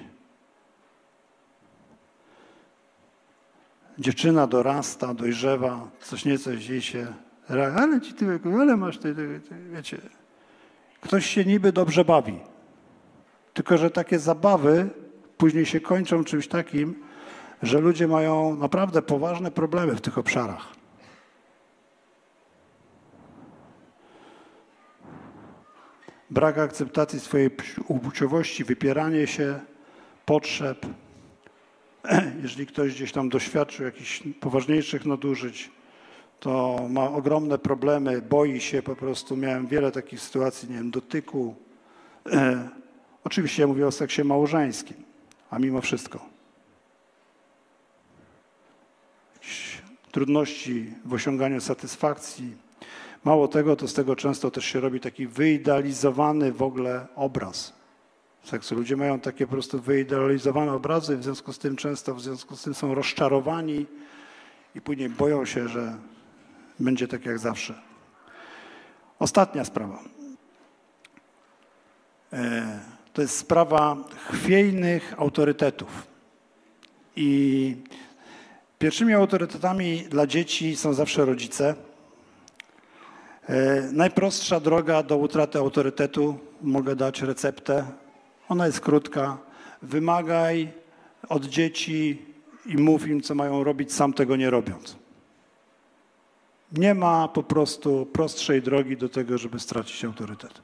Dziewczyna dorasta, dojrzewa, coś nieco jej się, ale ci ty, ale masz ty, ty, ty, wiecie. Ktoś się niby dobrze bawi, tylko że takie zabawy później się kończą czymś takim, że ludzie mają naprawdę poważne problemy w tych obszarach. Brak akceptacji swojej płciowości, wypieranie się, potrzeb. Jeżeli ktoś gdzieś tam doświadczył jakichś poważniejszych nadużyć, to ma ogromne problemy, boi się po prostu. Miałem wiele takich sytuacji, nie wiem, dotyku. E, oczywiście ja mówię o seksie małżeńskim, a mimo wszystko. Jakieś trudności w osiąganiu satysfakcji. Mało tego, to z tego często też się robi taki wyidealizowany w ogóle obraz seksu. Ludzie mają takie po prostu wyidealizowane obrazy, w związku z tym często w związku z tym są rozczarowani i później boją się, że będzie tak jak zawsze. Ostatnia sprawa. To jest sprawa chwiejnych autorytetów. I Pierwszymi autorytetami dla dzieci są zawsze rodzice. Najprostsza droga do utraty autorytetu, mogę dać receptę, ona jest krótka. Wymagaj od dzieci i mów im, co mają robić, sam tego nie robiąc. Nie ma po prostu prostszej drogi do tego, żeby stracić autorytet.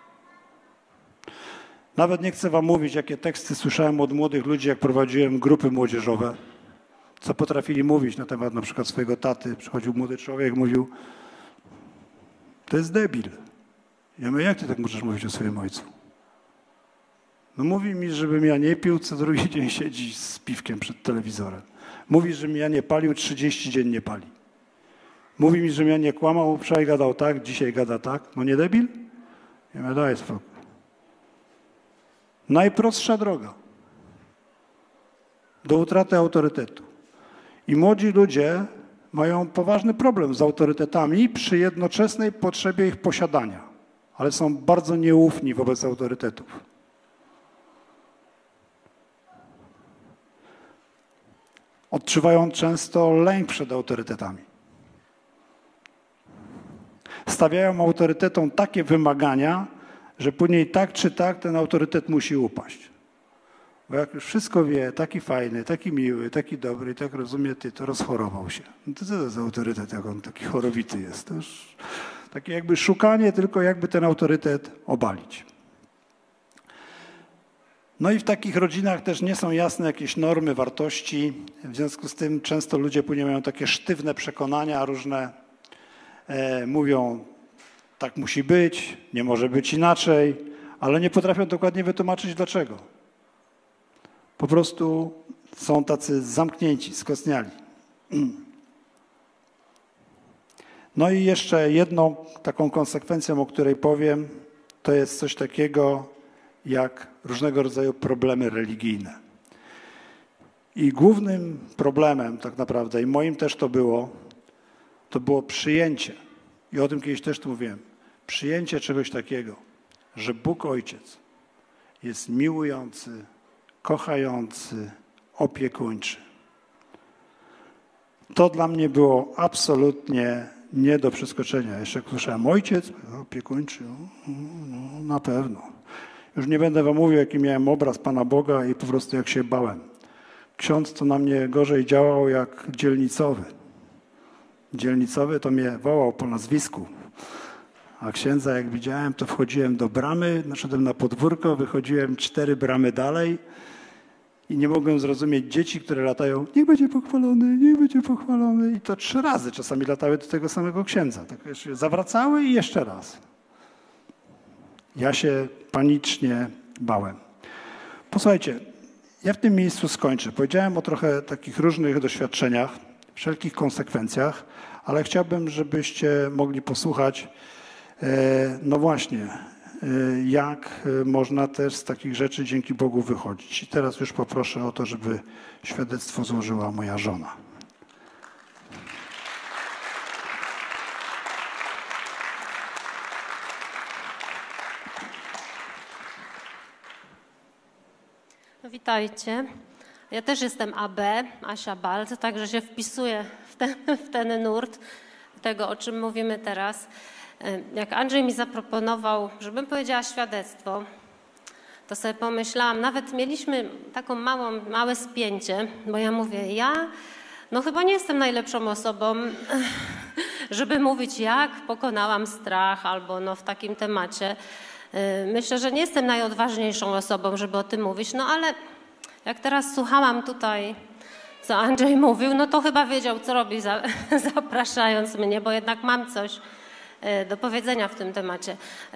Nawet nie chcę wam mówić, jakie teksty słyszałem od młodych ludzi, jak prowadziłem grupy młodzieżowe, co potrafili mówić na temat na przykład swojego taty. Przychodził młody człowiek, mówił: to jest debil. Ja mówię: jak ty tak możesz mówić o swoim ojcu? No mówi mi, żebym ja nie pił, co drugi dzień siedzi z piwkiem przed telewizorem. Mówi, żebym ja nie palił, trzydzieści dziennie pali. Mówi mi, żebym ja nie kłamał, wczoraj gadał tak, dzisiaj gada tak. No nie debil? Ja mówię: daj spokój. Najprostsza droga do utraty autorytetu. I młodzi ludzie mają poważny problem z autorytetami przy jednoczesnej potrzebie ich posiadania, ale są bardzo nieufni wobec autorytetów. Odczuwają często lęk przed autorytetami. Stawiają autorytetom takie wymagania, że później tak czy tak ten autorytet musi upaść. Bo jak już wszystko wie, taki fajny, taki miły, taki dobry, tak rozumie, ty, to rozchorował się. No to co to za autorytet, jak on taki chorowity jest? To już takie jakby szukanie, tylko jakby ten autorytet obalić. No i w takich rodzinach też nie są jasne jakieś normy, wartości. W związku z tym często ludzie później mają takie sztywne przekonania różne. E, mówią, tak musi być, nie może być inaczej, ale nie potrafią dokładnie wytłumaczyć dlaczego. Po prostu są tacy zamknięci, skostniali. No i jeszcze jedną taką konsekwencją, o której powiem, to jest coś takiego jak różnego rodzaju problemy religijne. I głównym problemem tak naprawdę, i moim też to było, to było przyjęcie. I o tym kiedyś też tu mówiłem. Przyjęcie czegoś takiego, że Bóg Ojciec jest miłujący, kochający, opiekuńczy. To dla mnie było absolutnie nie do przeskoczenia. Jeszcze słyszałem: ojciec opiekuńczy, no, na pewno. Już nie będę wam mówił, jaki miałem obraz Pana Boga i po prostu jak się bałem. Ksiądz to na mnie gorzej działał jak dzielnicowy. Dzielnicowy to mnie wołał po nazwisku. A księdza jak widziałem, to wchodziłem do bramy, szedłem na podwórko, wychodziłem cztery bramy dalej i nie mogłem zrozumieć dzieci, które latają: niech będzie pochwalony, niech będzie pochwalony. I to trzy razy czasami latały do tego samego księdza. Tak się zawracały i jeszcze raz. Ja się panicznie bałem. Posłuchajcie, ja w tym miejscu skończę. Powiedziałem o trochę takich różnych doświadczeniach, wszelkich konsekwencjach, ale chciałbym, żebyście mogli posłuchać, no właśnie, jak można też z takich rzeczy dzięki Bogu wychodzić. I teraz już poproszę o to, żeby świadectwo złożyła moja żona.
Witajcie. Ja też jestem A B, Asia Balt, także się wpisuję w ten, w ten nurt tego, o czym mówimy teraz. Jak Andrzej mi zaproponował, żebym powiedziała świadectwo, to sobie pomyślałam, nawet mieliśmy taką małą, małe spięcie, bo ja mówię, ja no chyba nie jestem najlepszą osobą, żeby mówić, jak pokonałam strach albo no w takim temacie. Myślę, że nie jestem najodważniejszą osobą, żeby o tym mówić, no ale jak teraz słuchałam tutaj, co Andrzej mówił, no to chyba wiedział, co robi, za, zapraszając mnie, bo jednak mam coś do powiedzenia w tym temacie.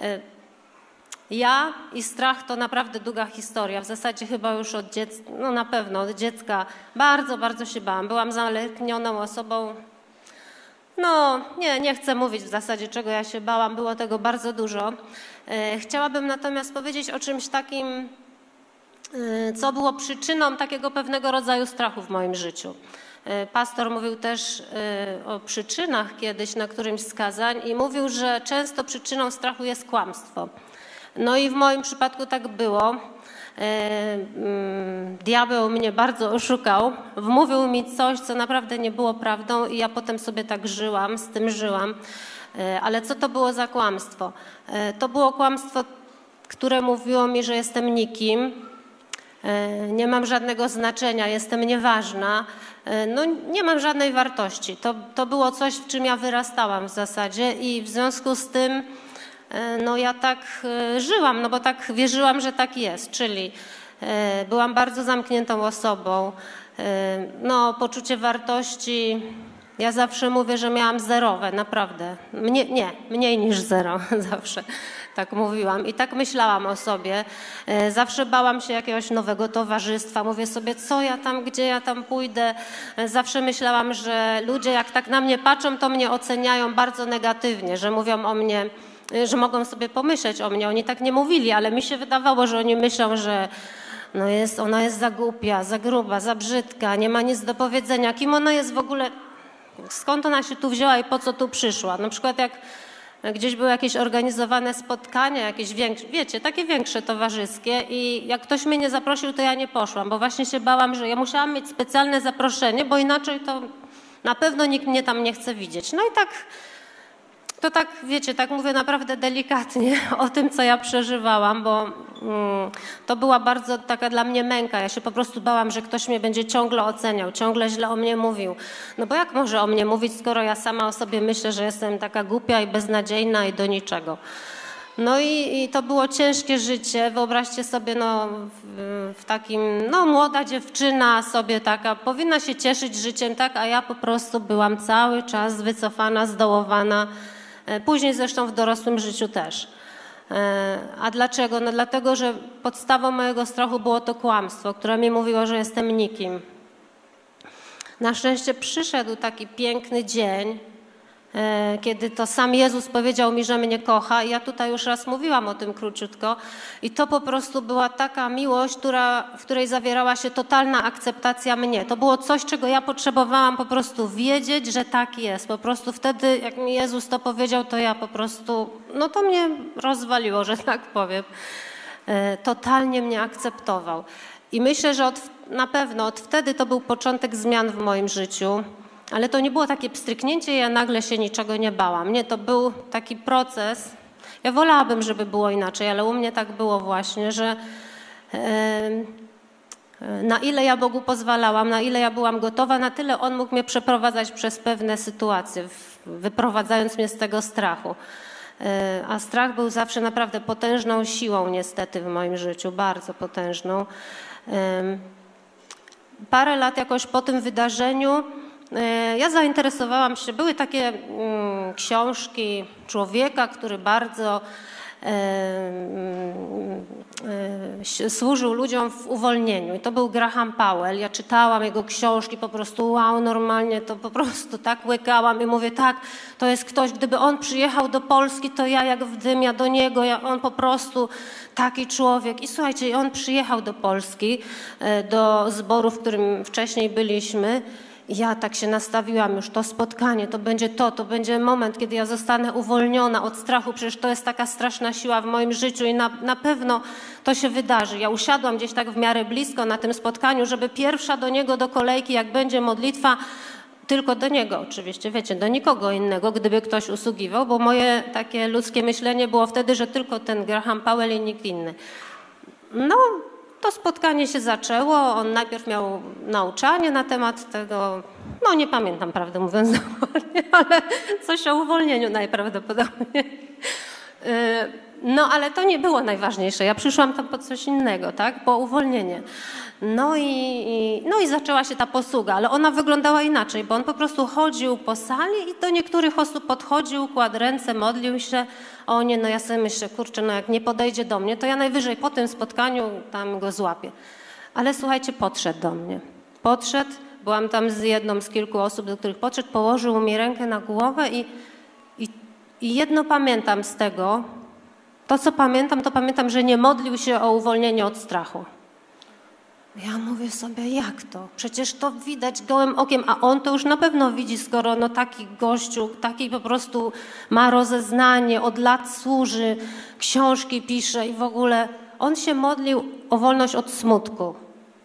Ja i strach to naprawdę długa historia. W zasadzie chyba już od dziecka, no na pewno od dziecka bardzo, bardzo się bałam. Byłam zaleknioną osobą. No nie, nie chcę mówić w zasadzie, czego ja się bałam. Było tego bardzo dużo. Chciałabym natomiast powiedzieć o czymś takim, co było przyczyną takiego pewnego rodzaju strachu w moim życiu. Pastor mówił też o przyczynach kiedyś na którymś z kazań i mówił, że często przyczyną strachu jest kłamstwo. No i w moim przypadku tak było. diabeł mnie bardzo oszukał, wmówił mi coś, co naprawdę nie było prawdą i ja potem sobie tak żyłam, z tym żyłam. Ale co to było za kłamstwo? To było kłamstwo, które mówiło mi, że jestem nikim, nie mam żadnego znaczenia, jestem nieważna, no nie mam żadnej wartości. To, to było coś, w czym ja wyrastałam w zasadzie i w związku z tym no ja tak żyłam, no bo tak wierzyłam, że tak jest, czyli byłam bardzo zamkniętą osobą, no poczucie wartości, ja zawsze mówię, że miałam zerowe, naprawdę, Mnie, nie, mniej niż zero, zawsze tak mówiłam i tak myślałam o sobie, zawsze bałam się jakiegoś nowego towarzystwa, mówię sobie, co ja tam, gdzie ja tam pójdę, zawsze myślałam, że ludzie jak tak na mnie patrzą, to mnie oceniają bardzo negatywnie, że mówią o mnie, że mogą sobie pomyśleć o mnie. Oni tak nie mówili, ale mi się wydawało, że oni myślą, że no jest, ona jest za głupia, za gruba, za brzydka, nie ma nic do powiedzenia. Kim ona jest w ogóle, skąd ona się tu wzięła i po co tu przyszła? Na przykład jak gdzieś były jakieś organizowane spotkania, jakieś większe, wiecie, takie większe towarzyskie i jak ktoś mnie nie zaprosił, to ja nie poszłam, bo właśnie się bałam, że ja musiałam mieć specjalne zaproszenie, bo inaczej to na pewno nikt mnie tam nie chce widzieć. No i tak... To tak, wiecie, tak mówię naprawdę delikatnie o tym, co ja przeżywałam, bo mm, to była bardzo taka dla mnie męka. Ja się po prostu bałam, że ktoś mnie będzie ciągle oceniał, ciągle źle o mnie mówił. No bo jak może o mnie mówić, skoro ja sama o sobie myślę, że jestem taka głupia i beznadziejna i do niczego. No i, i to było ciężkie życie. Wyobraźcie sobie, no w, w takim, no młoda dziewczyna sobie taka, powinna się cieszyć życiem, tak, a ja po prostu byłam cały czas wycofana, zdołowana. Później zresztą w dorosłym życiu też. A dlaczego? No dlatego, że podstawą mojego strachu było to kłamstwo, które mi mówiło, że jestem nikim. Na szczęście przyszedł taki piękny dzień, kiedy to sam Jezus powiedział mi, że mnie kocha i ja tutaj już raz mówiłam o tym króciutko i to po prostu była taka miłość, która, w której zawierała się totalna akceptacja mnie. To było coś, czego ja potrzebowałam po prostu wiedzieć, że tak jest. Po prostu wtedy, jak mi Jezus to powiedział, to ja po prostu, no to mnie rozwaliło, że tak powiem. Totalnie mnie akceptował. I myślę, że od, na pewno od wtedy to był początek zmian w moim życiu. Ale to nie było takie pstryknięcie, ja nagle się niczego nie bałam. Nie, to był taki proces. Ja wolałabym, żeby było inaczej, ale u mnie tak było właśnie, że na ile ja Bogu pozwalałam, na ile ja byłam gotowa, na tyle On mógł mnie przeprowadzać przez pewne sytuacje, wyprowadzając mnie z tego strachu. A strach był zawsze naprawdę potężną siłą niestety w moim życiu, bardzo potężną. Parę lat jakoś po tym wydarzeniu ja zainteresowałam się, były takie mm, książki człowieka, który bardzo e, e, służył ludziom w uwolnieniu. I to był Graham Powell. Ja czytałam jego książki, po prostu wow, normalnie to po prostu tak łykałam i mówię, tak, to jest ktoś, gdyby on przyjechał do Polski, to ja jak w dym, ja do niego, ja, on po prostu taki człowiek. I słuchajcie, on przyjechał do Polski, do zboru, w którym wcześniej byliśmy. Ja tak się nastawiłam już, to spotkanie, to będzie to, to będzie moment, kiedy ja zostanę uwolniona od strachu, przecież to jest taka straszna siła w moim życiu i na, na pewno to się wydarzy. Ja usiadłam gdzieś tak w miarę blisko na tym spotkaniu, żeby pierwsza do niego do kolejki, jak będzie modlitwa, tylko do niego oczywiście, wiecie, do nikogo innego, gdyby ktoś usługiwał, bo moje takie ludzkie myślenie było wtedy, że tylko ten Graham Powell i nikt inny. No, to spotkanie się zaczęło, on najpierw miał nauczanie na temat tego, no nie pamiętam prawdę mówiąc dokładnie, ale coś o uwolnieniu najprawdopodobniej. No ale to nie było najważniejsze, ja przyszłam tam po coś innego, tak, po uwolnienie. No i, no i zaczęła się ta posługa, ale ona wyglądała inaczej, bo on po prostu chodził po sali i do niektórych osób podchodził, kładł ręce, modlił się. O nie, no ja sobie myślę, kurczę, no jak nie podejdzie do mnie, to ja najwyżej po tym spotkaniu tam go złapię. Ale słuchajcie, podszedł do mnie. Podszedł, byłam tam z jedną z kilku osób, do których podszedł, położył mi rękę na głowę i, i, i jedno pamiętam z tego, to co pamiętam, to pamiętam, że nie modlił się o uwolnienie od strachu. Ja mówię sobie, jak to? Przecież to widać gołym okiem, a on to już na pewno widzi, skoro no taki gościu, taki po prostu ma rozeznanie, od lat służy, książki pisze i w ogóle on się modlił o wolność od smutku.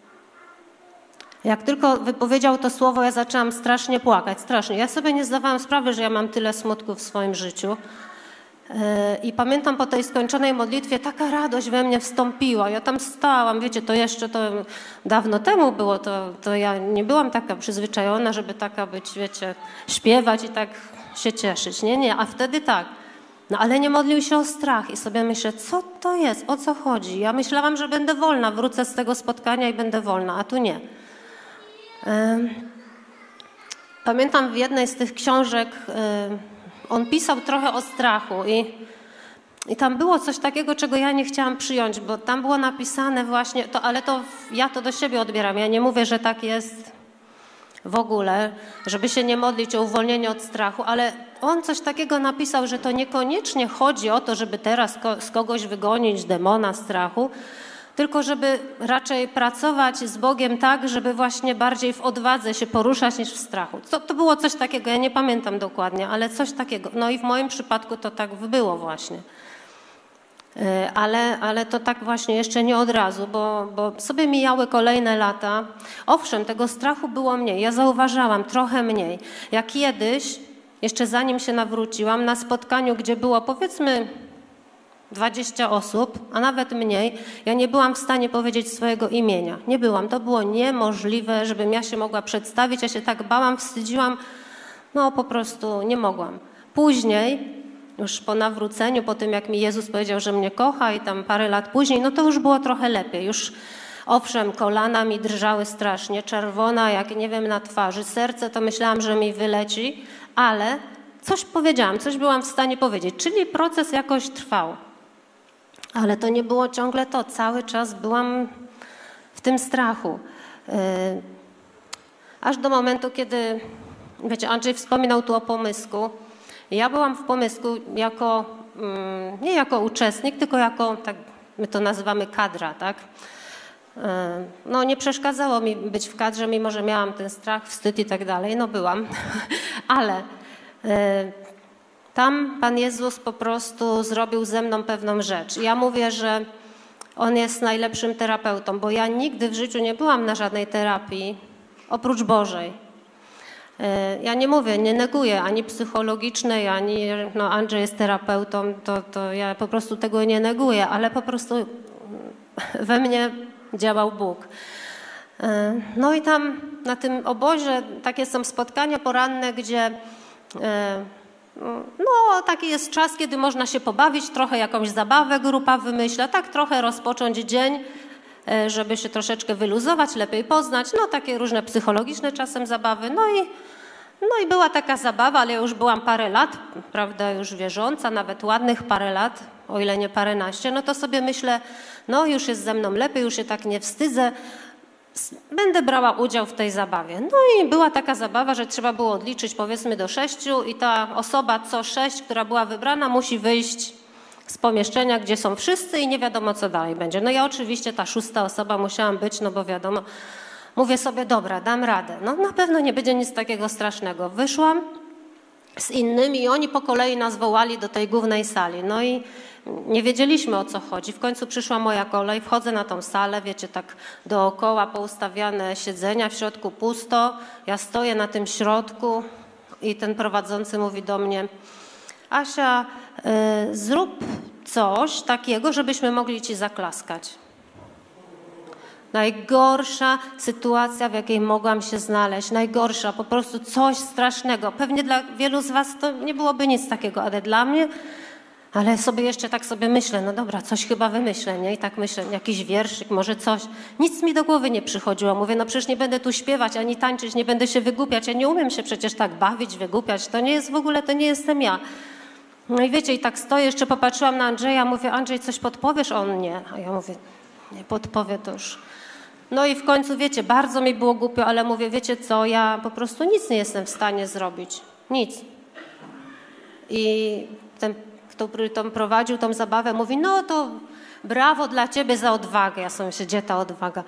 Jak tylko wypowiedział to słowo, ja zaczęłam strasznie płakać, strasznie. Ja sobie nie zdawałam sprawy, że ja mam tyle smutku w swoim życiu. I pamiętam po tej skończonej modlitwie, taka radość we mnie wstąpiła. Ja tam stałam, wiecie, to jeszcze to dawno temu było, to, to ja nie byłam taka przyzwyczajona, żeby taka być, wiecie, śpiewać i tak się cieszyć. Nie, nie, a wtedy tak. No ale nie modlił się o strach i sobie myślę, co to jest, o co chodzi? Ja myślałam, że będę wolna, wrócę z tego spotkania i będę wolna, a tu nie. Pamiętam w jednej z tych książek, on pisał trochę o strachu i, i tam było coś takiego, czego ja nie chciałam przyjąć, bo tam było napisane właśnie, to, ale to ja to do siebie odbieram, ja nie mówię, że tak jest w ogóle, żeby się nie modlić o uwolnienie od strachu, ale on coś takiego napisał, że to niekoniecznie chodzi o to, żeby teraz ko- z kogoś wygonić demona strachu, tylko żeby raczej pracować z Bogiem tak, żeby właśnie bardziej w odwadze się poruszać niż w strachu. To, to było coś takiego, ja nie pamiętam dokładnie, ale coś takiego. No i w moim przypadku to tak było właśnie. Ale, ale to tak właśnie jeszcze nie od razu, bo, bo sobie mijały kolejne lata. Owszem, tego strachu było mniej, ja zauważałam trochę mniej. Jak kiedyś, jeszcze zanim się nawróciłam, na spotkaniu, gdzie było powiedzmy dwadzieścia osób, a nawet mniej, ja nie byłam w stanie powiedzieć swojego imienia. Nie byłam. To było niemożliwe, żebym ja się mogła przedstawić. Ja się tak bałam, wstydziłam. No po prostu nie mogłam. Później, już po nawróceniu, po tym jak mi Jezus powiedział, że mnie kocha i tam parę lat później, no to już było trochę lepiej. Już owszem, kolana mi drżały strasznie, czerwona, jak nie wiem, na twarzy. Serce to myślałam, że mi wyleci, ale coś powiedziałam, coś byłam w stanie powiedzieć. Czyli proces jakoś trwał. Ale to nie było ciągle to. Cały czas byłam w tym strachu. Yy, aż do momentu, kiedy, wiecie, Andrzej wspominał tu o pomysku. Ja byłam w pomysku jako, yy, nie jako uczestnik, tylko jako, tak my to nazywamy kadra, tak? Yy, no nie przeszkadzało mi być w kadrze, mimo że miałam ten strach, wstyd i tak dalej. No byłam, ale yy, tam Pan Jezus po prostu zrobił ze mną pewną rzecz. Ja mówię, że On jest najlepszym terapeutą, bo ja nigdy w życiu nie byłam na żadnej terapii, oprócz Bożej. Ja nie mówię, nie neguję ani psychologicznej, ani no Andrzej jest terapeutą, to, to ja po prostu tego nie neguję, ale po prostu we mnie działał Bóg. No i tam na tym obozie takie są spotkania poranne, gdzie no taki jest czas, kiedy można się pobawić, trochę jakąś zabawę grupa wymyśla, tak trochę rozpocząć dzień, żeby się troszeczkę wyluzować, lepiej poznać, no takie różne psychologiczne czasem zabawy. No i, no i była taka zabawa, ale ja już byłam parę lat, prawda, już wierząca, nawet ładnych parę lat, o ile nie paręnaście, no to sobie myślę, no już jest ze mną lepiej, już się tak nie wstydzę, będę brała udział w tej zabawie. No i była taka zabawa, że trzeba było odliczyć powiedzmy do sześciu i ta osoba co sześć, która była wybrana, musi wyjść z pomieszczenia, gdzie są wszyscy i nie wiadomo, co dalej będzie. No ja oczywiście ta szósta osoba musiałam być, no bo wiadomo, mówię sobie, dobra, dam radę. No na pewno nie będzie nic takiego strasznego. Wyszłam z innymi i oni po kolei nas wołali do tej głównej sali. No i nie wiedzieliśmy, o co chodzi. W końcu przyszła moja kolej, wchodzę na tą salę, wiecie, tak dookoła poustawiane siedzenia, w środku pusto. Ja stoję na tym środku i ten prowadzący mówi do mnie, Asia, y, zrób coś takiego, żebyśmy mogli ci zaklaskać. Najgorsza sytuacja, w jakiej mogłam się znaleźć. Najgorsza, po prostu coś strasznego. Pewnie dla wielu z was to nie byłoby nic takiego, ale dla mnie, ale sobie jeszcze tak sobie myślę, no dobra, coś chyba wymyślę, nie? I tak myślę, jakiś wierszyk, może coś. Nic mi do głowy nie przychodziło. Mówię, no przecież nie będę tu śpiewać, ani tańczyć, nie będę się wygłupiać. Ja nie umiem się przecież tak bawić, wygłupiać. To nie jest w ogóle, to nie jestem ja. No i wiecie, i tak stoję, jeszcze popatrzyłam na Andrzeja, mówię, Andrzej, coś podpowiesz? On nie. A ja mówię, nie podpowie to już. No i w końcu, wiecie, bardzo mi było głupio, ale mówię, wiecie co, ja po prostu nic nie jestem w stanie zrobić. Nic. I ten, który tam prowadził tą zabawę, mówi, no to brawo dla ciebie za odwagę. Ja sobie myślę, gdzie ta odwaga?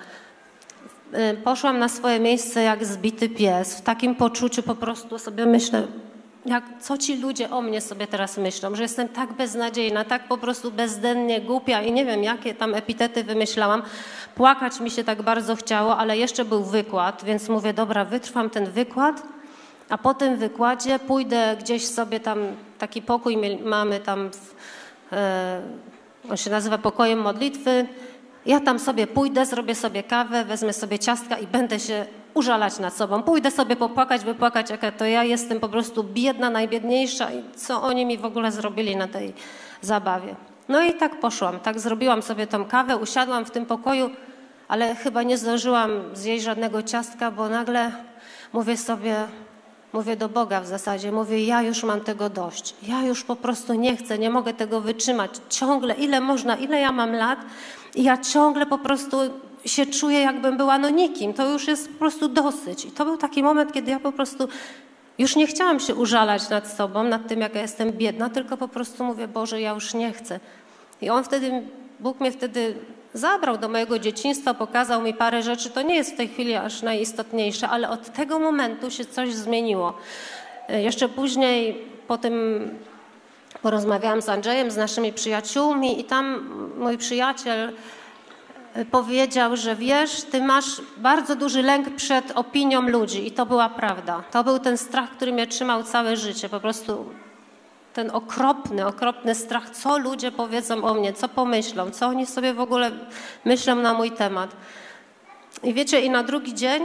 Poszłam na swoje miejsce jak zbity pies, w takim poczuciu po prostu sobie myślę, jak, co ci ludzie o mnie sobie teraz myślą, że jestem tak beznadziejna, tak po prostu bezdennie głupia i nie wiem, jakie tam epitety wymyślałam. Płakać mi się tak bardzo chciało, ale jeszcze był wykład, więc mówię, dobra, wytrwam ten wykład, a po tym wykładzie pójdę gdzieś sobie tam, taki pokój mamy tam, w, e, on się nazywa pokojem modlitwy. Ja tam sobie pójdę, zrobię sobie kawę, wezmę sobie ciastka i będę się użalać nad sobą. Pójdę sobie popłakać, wypłakać, jaka to ja jestem po prostu biedna, najbiedniejsza i co oni mi w ogóle zrobili na tej zabawie. No i tak poszłam, tak zrobiłam sobie tą kawę, usiadłam w tym pokoju, ale chyba nie zdążyłam zjeść żadnego ciastka, bo nagle mówię sobie, mówię do Boga w zasadzie, mówię, ja już mam tego dość. Ja już po prostu nie chcę, nie mogę tego wytrzymać. Ciągle, ile można, ile ja mam lat i ja ciągle po prostu się czuję, jakbym była no nikim. To już jest po prostu dosyć. I to był taki moment, kiedy ja po prostu już nie chciałam się użalać nad sobą, nad tym, jaka jestem biedna, tylko po prostu mówię, Boże, ja już nie chcę. I On wtedy, Bóg mnie wtedy zabrał do mojego dzieciństwa, pokazał mi parę rzeczy. To nie jest w tej chwili aż najistotniejsze, ale od tego momentu się coś zmieniło. Jeszcze później po tym porozmawiałam z Andrzejem, z naszymi przyjaciółmi i tam mój przyjaciel powiedział, że wiesz, ty masz bardzo duży lęk przed opinią ludzi i to była prawda. To był ten strach, który mnie trzymał całe życie, po prostu ten okropny, okropny strach, co ludzie powiedzą o mnie, co pomyślą, co oni sobie w ogóle myślą na mój temat. I wiecie, i na drugi dzień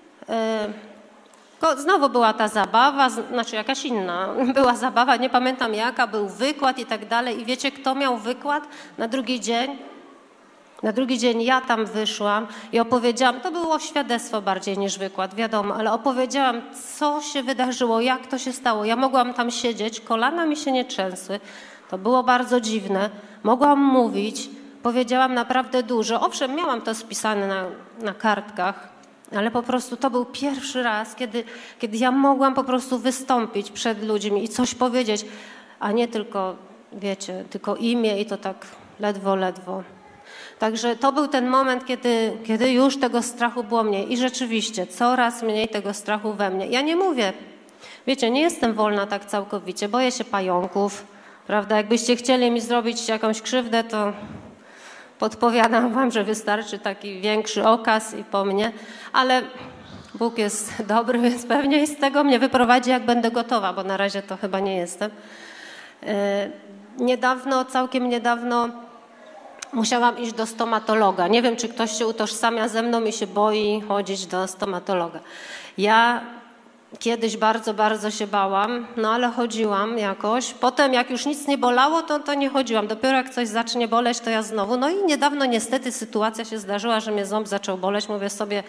yy, znowu była ta zabawa, znaczy jakaś inna, była zabawa, nie pamiętam jaka, był wykład i tak dalej. I wiecie, kto miał wykład na drugi dzień? Na drugi dzień ja tam wyszłam i opowiedziałam, to było świadectwo bardziej niż wykład, wiadomo, ale opowiedziałam, co się wydarzyło, jak to się stało. Ja mogłam tam siedzieć, kolana mi się nie trzęsły, to było bardzo dziwne. Mogłam mówić, powiedziałam naprawdę dużo. Owszem, miałam to spisane na, na kartkach, ale po prostu to był pierwszy raz, kiedy, kiedy ja mogłam po prostu wystąpić przed ludźmi i coś powiedzieć, a nie tylko, wiecie, tylko imię i to tak ledwo, ledwo. Także to był ten moment, kiedy, kiedy już tego strachu było mniej i rzeczywiście coraz mniej tego strachu we mnie. Ja nie mówię, wiecie, nie jestem wolna tak całkowicie, boję się pająków, prawda? Jakbyście chcieli mi zrobić jakąś krzywdę, to podpowiadam wam, że wystarczy taki większy okaz i po mnie, ale Bóg jest dobry, więc pewnie z tego mnie wyprowadzi, jak będę gotowa, bo na razie to chyba nie jestem. Yy, niedawno, całkiem niedawno musiałam iść do stomatologa. Nie wiem, czy ktoś się utożsamia ze mną i się boi chodzić do stomatologa. Ja kiedyś bardzo, bardzo się bałam, no ale chodziłam jakoś. Potem jak już nic nie bolało, to, to nie chodziłam. Dopiero jak coś zacznie boleć, to ja znowu. No i niedawno niestety sytuacja się zdarzyła, że mnie ząb zaczął boleć. Mówię sobie,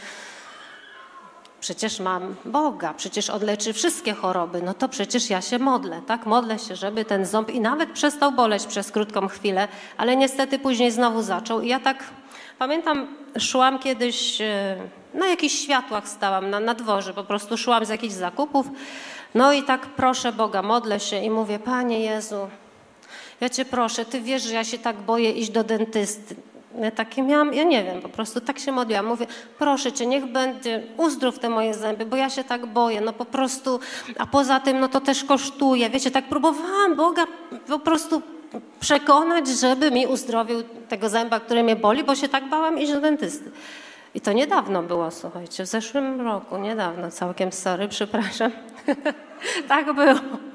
przecież mam Boga, przecież on leczy wszystkie choroby, no to przecież ja się modlę, tak? Modlę się, żeby ten ząb i nawet przestał boleć przez krótką chwilę, ale niestety później znowu zaczął. I ja tak, pamiętam, szłam kiedyś, na jakichś światłach stałam, na, na dworze, po prostu szłam z jakichś zakupów, no i tak proszę Boga, modlę się i mówię, Panie Jezu, ja Cię proszę, Ty wiesz, że ja się tak boję iść do dentysty. Ja takie miałam, ja nie wiem, po prostu tak się modliłam. Mówię, proszę Cię, niech będzie, uzdrów te moje zęby, bo ja się tak boję, no po prostu, a poza tym, no to też kosztuje. Wiecie, tak próbowałam Boga po prostu przekonać, żeby mi uzdrowił tego zęba, który mnie boli, bo się tak bałam iść do dentysty. I to niedawno było, słuchajcie, w zeszłym roku, niedawno, całkiem sorry, przepraszam. Tak było.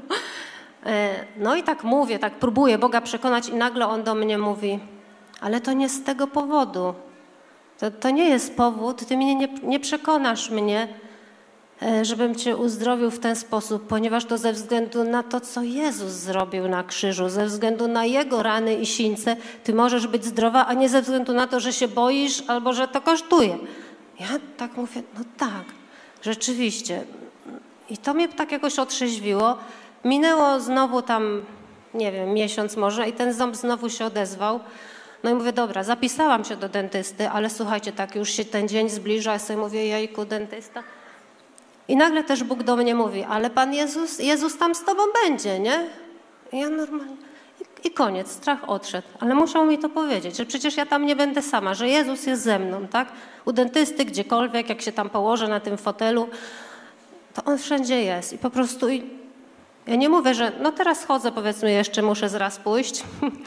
No i tak mówię, tak próbuję Boga przekonać i nagle On do mnie mówi, ale to nie z tego powodu. To, to nie jest powód, ty mnie nie, nie przekonasz mnie, żebym cię uzdrowił w ten sposób, ponieważ to ze względu na to, co Jezus zrobił na krzyżu, ze względu na Jego rany i sińce, ty możesz być zdrowa, a nie ze względu na to, że się boisz albo że to kosztuje. Ja tak mówię, no tak, rzeczywiście. I to mnie tak jakoś otrzeźwiło. Minęło znowu tam, nie wiem, miesiąc może i ten ząb znowu się odezwał. No i mówię, dobra, zapisałam się do dentysty, ale słuchajcie, tak już się ten dzień zbliża, ja sobie mówię, jejku, dentysta. I nagle też Bóg do mnie mówi, ale Pan Jezus, Jezus tam z tobą będzie, nie? I ja normalnie, i, i koniec, strach odszedł. Ale musiał mi to powiedzieć, że przecież ja tam nie będę sama, że Jezus jest ze mną, tak? U dentysty, gdziekolwiek, jak się tam położę na tym fotelu, to On wszędzie jest. I po prostu i Ja nie mówię, że no teraz chodzę, powiedzmy, jeszcze muszę zaraz pójść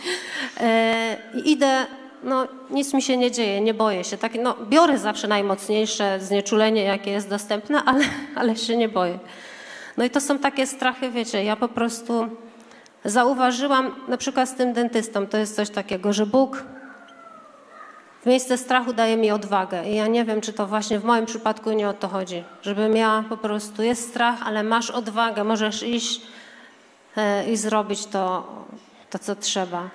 i idę, no nic mi się nie dzieje, nie boję się. Tak, no, biorę zawsze najmocniejsze znieczulenie, jakie jest dostępne, ale, ale się nie boję. No i to są takie strachy, wiecie, ja po prostu zauważyłam, na przykład z tym dentystą, to jest coś takiego, że Bóg w miejsce strachu daje mi odwagę. I ja nie wiem, czy to właśnie w moim przypadku nie o to chodzi. Żebym ja po prostu, jest strach, ale masz odwagę, możesz iść e, i zrobić to, to, co trzeba.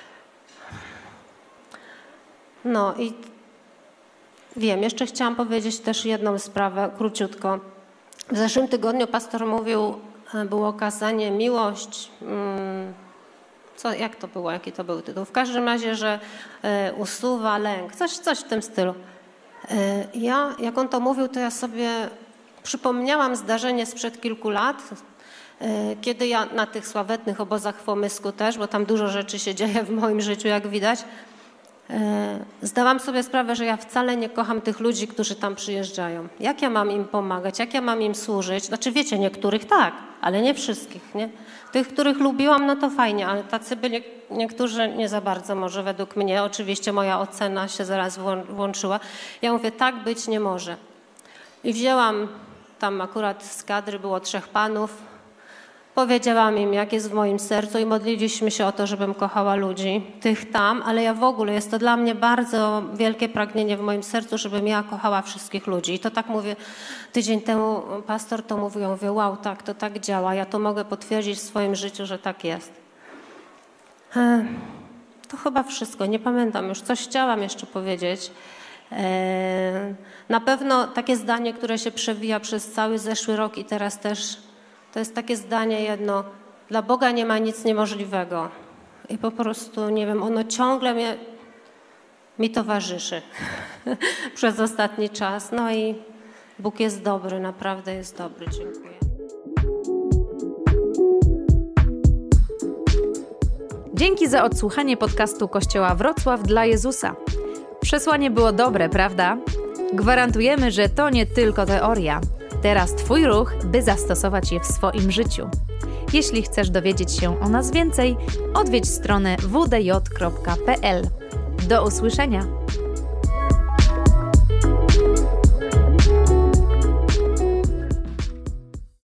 No i wiem, jeszcze chciałam powiedzieć też jedną sprawę, króciutko. W zeszłym tygodniu pastor mówił, było kazanie miłość, hmm, co, jak to było, jaki to był tytuł? W każdym razie, że e, usuwa lęk, coś, coś w tym stylu. E, ja, jak on to mówił, to ja sobie przypomniałam zdarzenie sprzed kilku lat, e, kiedy ja na tych sławetnych obozach w Pomysku też, bo tam dużo rzeczy się dzieje w moim życiu, jak widać, e, zdałam sobie sprawę, że ja wcale nie kocham tych ludzi, którzy tam przyjeżdżają. Jak ja mam im pomagać, jak ja mam im służyć? Znaczy wiecie, niektórych tak, ale nie wszystkich, nie? Tych, których lubiłam, no to fajnie, ale tacy byli niektórzy nie za bardzo może według mnie. Oczywiście moja ocena się zaraz włączyła. Ja mówię, tak być nie może. I wzięłam, tam akurat z kadry było trzech panów, powiedziałam im, jak jest w moim sercu i modliliśmy się o to, żebym kochała ludzi, tych tam, ale ja w ogóle, jest to dla mnie bardzo wielkie pragnienie w moim sercu, żebym ja kochała wszystkich ludzi. I to tak mówię, tydzień temu pastor to mówił, ja mówię, wow, tak, to tak działa, ja to mogę potwierdzić w swoim życiu, że tak jest. To chyba wszystko, nie pamiętam już, coś chciałam jeszcze powiedzieć. Na pewno takie zdanie, które się przewija przez cały zeszły rok i teraz też, to jest takie zdanie jedno, dla Boga nie ma nic niemożliwego. I po prostu, nie wiem, ono ciągle mnie, mi towarzyszy przez ostatni czas. No i Bóg jest dobry, naprawdę jest dobry. Dziękuję.
Dzięki za odsłuchanie podcastu Kościoła Wrocław dla Jezusa. Przesłanie było dobre, prawda? Gwarantujemy, że to nie tylko teoria. Teraz Twój ruch, by zastosować je w swoim życiu. Jeśli chcesz dowiedzieć się o nas więcej, odwiedź stronę w d j kropka p l. Do usłyszenia!